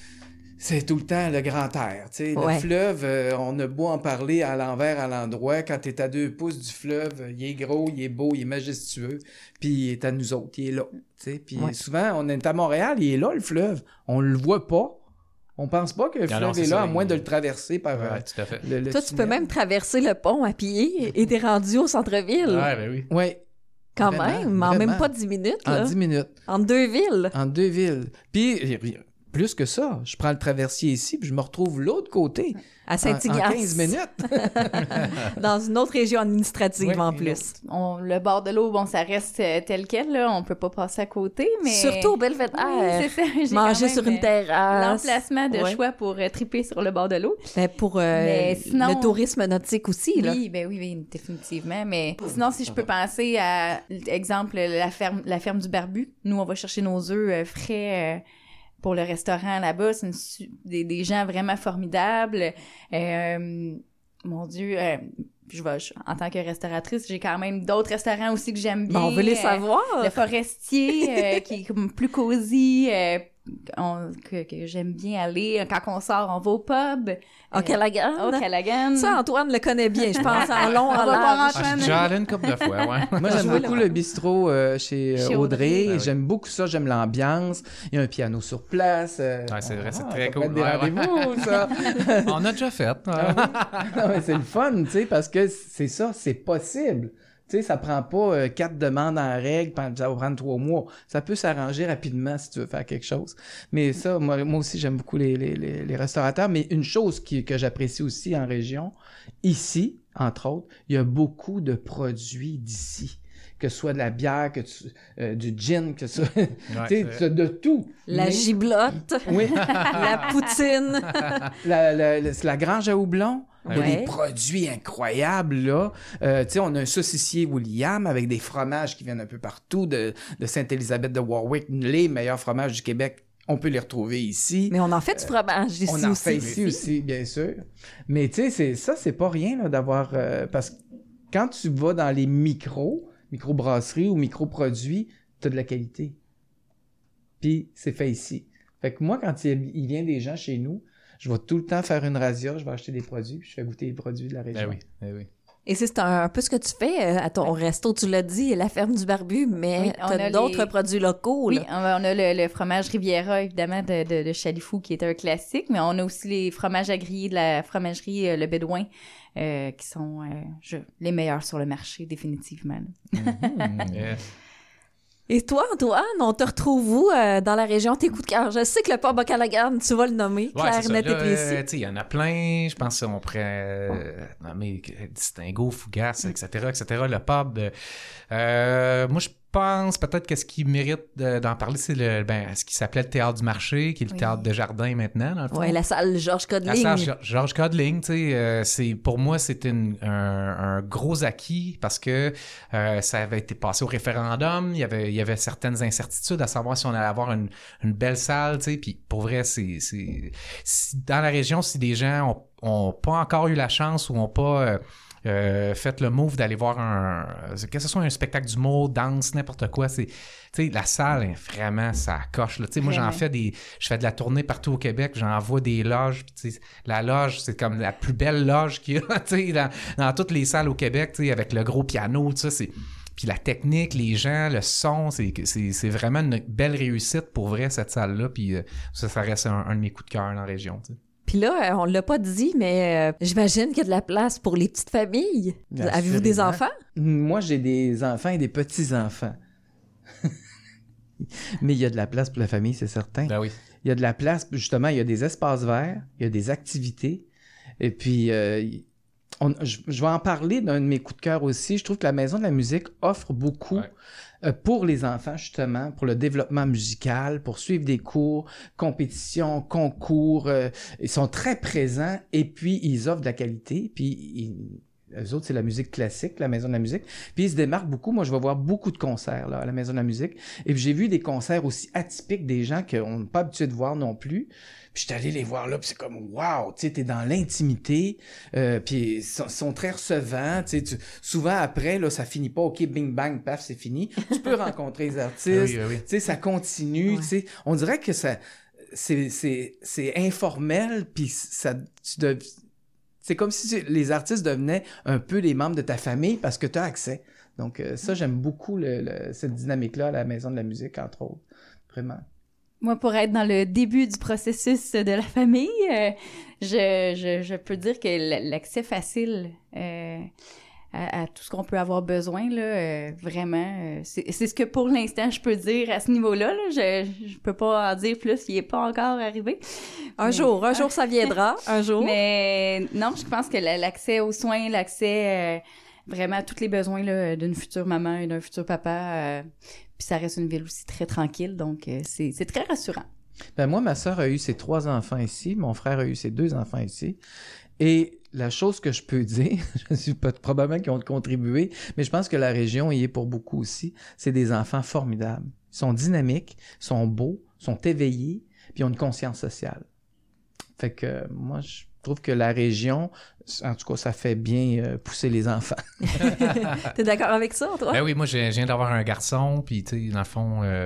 C'est tout le temps le grand air. Tu sais. Ouais. Le fleuve, euh, on a beau en parler à l'envers, à l'endroit. Quand tu es à deux pouces du fleuve, il est gros, il est beau, il est majestueux. Puis il est à nous autres, il est là. Tu sais. Puis ouais. Souvent, on est à Montréal, il est là, le fleuve. On le voit pas. On pense pas que le fleuve non, est, est là, ça, à moins il... de le traverser par ouais, euh, tout à fait. Le, le Toi, tunnel. Tu peux même traverser le pont à pied et t'es rendu au centre-ville. Ouais, ben oui. Oui. Quand vraiment, même, mais en même pas dix minutes. En là. dix minutes. En deux villes. En deux villes. Puis... Plus que ça, je prends le traversier ici, puis je me retrouve l'autre côté. À Saint-Ignace. En, en quinze minutes. Dans une autre région administrative, oui, en plus. On, le bord de l'eau, bon, ça reste euh, tel quel, là. On peut pas passer à côté, mais... Surtout au Belvedere. Oui, c'est ça. Manger sur une terrasse. L'emplacement de ouais. choix pour euh, triper sur le bord de l'eau. Ben pour euh, mais sinon, le tourisme nautique aussi, là. Oui, ben oui, oui, définitivement. Mais sinon, si je peux penser à, exemple, la ferme, la ferme du Barbu. Nous, on va chercher nos œufs euh, frais... Euh, pour le restaurant là-bas, c'est une, des, des gens vraiment formidables. Euh, mon Dieu, euh, je vais, je, en tant que restauratrice, j'ai quand même d'autres restaurants aussi que j'aime bien. Ben, on veut les savoir. Euh, le Forestier, euh, qui est comme plus cosy, euh, on, que, que j'aime bien aller. Quand on sort, on va au pub. Au Callaghan. Au Callaghan. Ça, Antoine le connaît bien, je pense, en long, en large. Ah, j'ai déjà allé une couple de fois, ouais. Moi, j'aime beaucoup le bistrot euh, chez, chez Audrey. Audrey. J'aime beaucoup ça, j'aime l'ambiance. Il y a un piano sur place. Euh, ouais, c'est vrai, c'est ah, très ça cool. Peut être des ouais, rendez-vous, ouais. ça. On a déjà fait. Ah, oui. Non, mais c'est le fun, tu sais, parce que c'est ça, c'est possible. Tu sais, ça prend pas euh, quatre demandes en règle, ça va prendre trois mois. Ça peut s'arranger rapidement si tu veux faire quelque chose. Mais ça, moi, moi aussi, j'aime beaucoup les, les, les, les restaurateurs. Mais une chose qui, que j'apprécie aussi en région, ici, entre autres, il y a beaucoup de produits d'ici. Que ce soit de la bière, que tu, euh, du gin, que ce soit ouais, tu de tout. La mais... giblotte, oui. la poutine. la, la, la, la grange à houblon. Il y a ouais. des produits incroyables, là. Euh, tu sais, on a un saucissier William avec des fromages qui viennent un peu partout, de, de Sainte-Élisabeth de Warwick, les meilleurs fromages du Québec. On peut les retrouver ici. Mais on en fait du fromage ici aussi. On en fait ici aussi, bien sûr. Mais tu sais, c'est, ça, c'est pas rien là, d'avoir... Euh, parce que quand tu vas dans les micros, microbrasseries ou microproduits, tu as de la qualité. Puis c'est fait ici. Fait que moi, quand il, il vient des gens chez nous, je vais tout le temps faire une razzia, je vais acheter des produits, puis je fais goûter les produits de la région. Ben oui, ben oui. Et c'est un, un peu ce que tu fais à ton resto, tu l'as dit, la ferme du Barbu, mais oui, tu as d'autres les... produits locaux. Oui, là. on a, on a le, le fromage Riviera, évidemment, de, de, de Chalifou, qui est un classique, mais on a aussi les fromages à griller de la fromagerie euh, Le Bédouin, euh, qui sont euh, je, les meilleurs sur le marché, définitivement. Mm-hmm. yeah. Et toi, Antoine, on te retrouve où euh, dans la région, tes coups de cœur? Je sais que le pub à Callaghan, tu vas le nommer, ouais, clair, net et précis. Il y en a plein, je pense qu'on pourrait euh, nommer Distingo, Fougas, et cetera, et cetera. Le pub, euh, moi je pense peut-être que ce qui mérite de, d'en parler, c'est le, ben, ce qui s'appelait le Théâtre du Marché, qui est le oui. Théâtre de Jardin maintenant, dans le fond. Oui, la salle Georges Codling. La salle Georges Codling, tu sais, euh, c'est, pour moi, c'est une, un, un gros acquis parce que euh, ça avait été passé au référendum, il y avait, il y avait certaines incertitudes à savoir si on allait avoir une, une belle salle, tu sais, puis pour vrai, c'est, c'est, si, dans la région, si des gens ont, ont pas encore eu la chance ou ont pas... Euh, Euh, faites le move d'aller voir un... que ce soit un spectacle d'humour, danse, n'importe quoi, c'est... Tu sais, la salle, est vraiment, ça coche, là. Tu sais, moi, j'en fais des... Je fais de la tournée partout au Québec, j'en vois des loges, tu sais, la loge, c'est comme la plus belle loge qu'il y a, tu sais, dans, dans toutes les salles au Québec, tu sais, avec le gros piano, tu sais, c'est... Puis la technique, les gens, le son, c'est, c'est, c'est vraiment une belle réussite pour vrai, cette salle-là, puis euh, ça, ça reste un, un de mes coups de cœur dans la région, tu sais. Puis là, on l'a pas dit, mais euh, j'imagine qu'il y a de la place pour les petites familles. Bien Avez-vous des assurément. enfants? Moi, j'ai des enfants et des petits-enfants. Mais il y a de la place pour la famille, c'est certain. Ben oui. Il y a de la place, justement, il y a des espaces verts, il y a des activités. Et puis, euh, on, je, je vais en parler d'un de mes coups de cœur aussi. Je trouve que la Maison de la musique offre beaucoup Ouais. euh, pour les enfants, justement, pour le développement musical, pour suivre des cours, compétitions, concours. Euh, ils sont très présents et puis ils offrent de la qualité. Puis, ils, eux autres, c'est la musique classique, la Maison de la musique. Puis ils se démarquent beaucoup. Moi, je vais voir beaucoup de concerts là, à la Maison de la musique. Et puis j'ai vu des concerts aussi atypiques, des gens qu'on n'est pas habitué de voir non plus. Puis j'étais allé les voir là, puis c'est comme « wow », tu sais, t'es dans l'intimité, euh, puis ils sont, sont très recevants, tu sais, tu- souvent après, là, ça finit pas « OK, bing, bang, paf, c'est fini ». Tu peux rencontrer les artistes, Oui, oui, oui. tu sais, ça continue, Ouais. tu sais. On dirait que ça, c'est, c'est, c'est informel, puis ça, tu dev- c'est comme si tu- les artistes devenaient un peu les membres de ta famille parce que tu as accès. Donc euh, ça, j'aime beaucoup le, le- cette dynamique-là à la Maison de la musique, entre autres. Vraiment. Moi, pour être dans le début du processus de la famille, euh, je, je, je peux dire que l- l'accès facile euh, à, à tout ce qu'on peut avoir besoin, là, euh, vraiment, euh, c'est, c'est ce que pour l'instant je peux dire à ce niveau-là. Là. Je, je peux pas en dire plus, il est pas encore arrivé. Un Mais- jour, un jour, ça viendra. Un jour. Mais non, je pense que la- l'accès aux soins, l'accès euh, vraiment à tous les besoins là, d'une future maman et d'un futur papa, euh, puis ça reste une ville aussi très tranquille, donc euh, c'est, c'est très rassurant. Ben moi, ma sœur a eu ses trois enfants ici, mon frère a eu ses deux enfants ici. Et la chose que je peux dire, je suis pas probablement qu'ils ont contribué, mais je pense que la région y est pour beaucoup aussi. C'est des enfants formidables. Ils sont dynamiques, sont beaux, sont éveillés, puis ils ont une conscience sociale. Fait que euh, moi, je trouve que la région, en tout cas, ça fait bien euh, pousser les enfants. T'es d'accord avec ça, toi? Ben oui, moi, j'ai- je viens d'avoir un garçon, puis, tu sais, dans le fond, euh,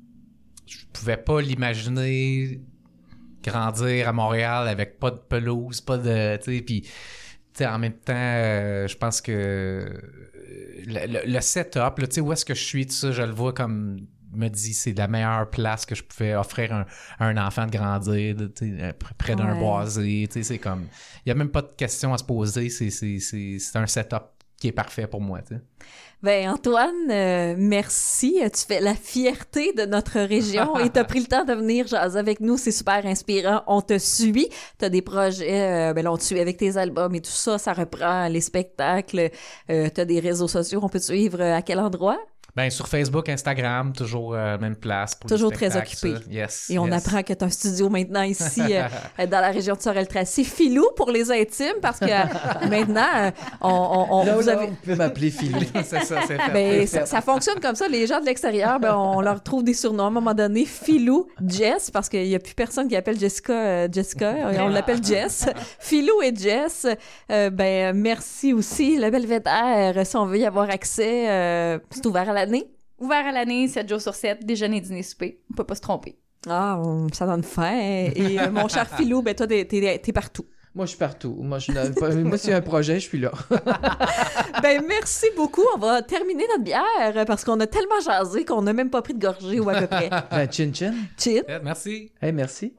je pouvais pas l'imaginer grandir à Montréal avec pas de pelouse, pas de, tu sais, puis, tu sais, en même temps, euh, je pense que euh, le, le- le setup, là, tu sais, où est-ce que je suis, tout ça, je le vois comme, me dit, c'est la meilleure place que je pouvais offrir un, à un enfant de grandir, de, tu sais, pr- près d'un Ouais. boisé, tu sais, c'est comme, il y a même pas de question à se poser, c'est, c'est, c'est, c'est un setup qui est parfait pour moi, tu sais. Ben Antoine, euh, merci. Tu fais la fierté de notre région et t'as pris le temps de venir jaser avec nous. C'est super inspirant. On te suit. T'as des projets, euh, ben là, on te suit avec tes albums et tout ça. Ça reprend les spectacles. Euh, t'as des réseaux sociaux. On peut te suivre euh, à quel endroit? Ben, sur Facebook, Instagram, toujours euh, même place. Pour Toujours les très spectacles, occupé. ça. Yes. Et on yes. apprend que tu as un studio maintenant ici, euh, dans la région de Sorel-Tracy. Filou pour les intimes, parce que euh, maintenant, euh, on, on, on- Là, vous là, avez... vous pouvez m'appeler Philou. c'est ça, c'est fait. Ben, ça, ça fonctionne comme ça. Les gens de l'extérieur, ben, on leur trouve des surnoms. À un moment donné, Philou, Jess, parce qu'il n'y a plus personne qui appelle Jessica euh, Jessica. On l'appelle Jess. Philou et Jess, euh, ben, merci aussi. Le Belvédère, si on veut y avoir accès, euh, c'est ouvert à l'année. Ouvert à l'année, sept jours sur sept, déjeuner, dîner, souper. On peut pas se tromper. Ah, ça donne faim. Et euh, mon cher Philou, ben, toi, t'es, t'es, t'es partout. Moi, je suis partout. Moi, je, moi s'il y a un projet, je suis là. Ben, merci beaucoup. On va terminer notre bière parce qu'on a tellement jasé qu'on n'a même pas pris de gorgée ou à peu près. Ben, chin chin. Chin. Eh, Merci. Hey, merci.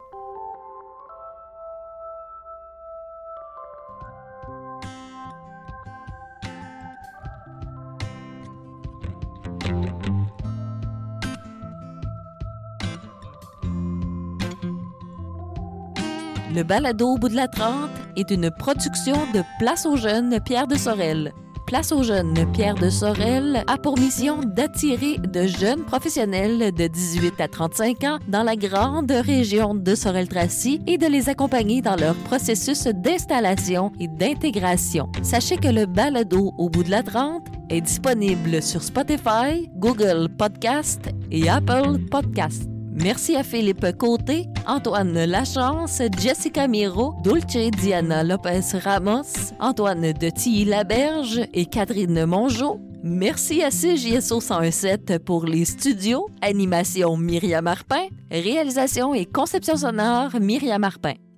Le balado au bout de la trente est une production de Place aux jeunes Pierre de Sorel. Place aux jeunes Pierre de Sorel a pour mission d'attirer de jeunes professionnels de dix-huit à trente-cinq ans dans la grande région de Sorel-Tracy et de les accompagner dans leur processus d'installation et d'intégration. Sachez que le balado au bout de la trente est disponible sur Spotify, Google Podcast et Apple Podcast. Merci à Philippe Côté, Antoine Lachance, Jessica Miro, Dulce Diana Lopez-Ramos, Antoine de Tilly-Laberge et Catherine Mongeau. Merci à C J S O cent sept pour les studios, animation Myriam Marpin, réalisation et conception sonore Myriam Marpin.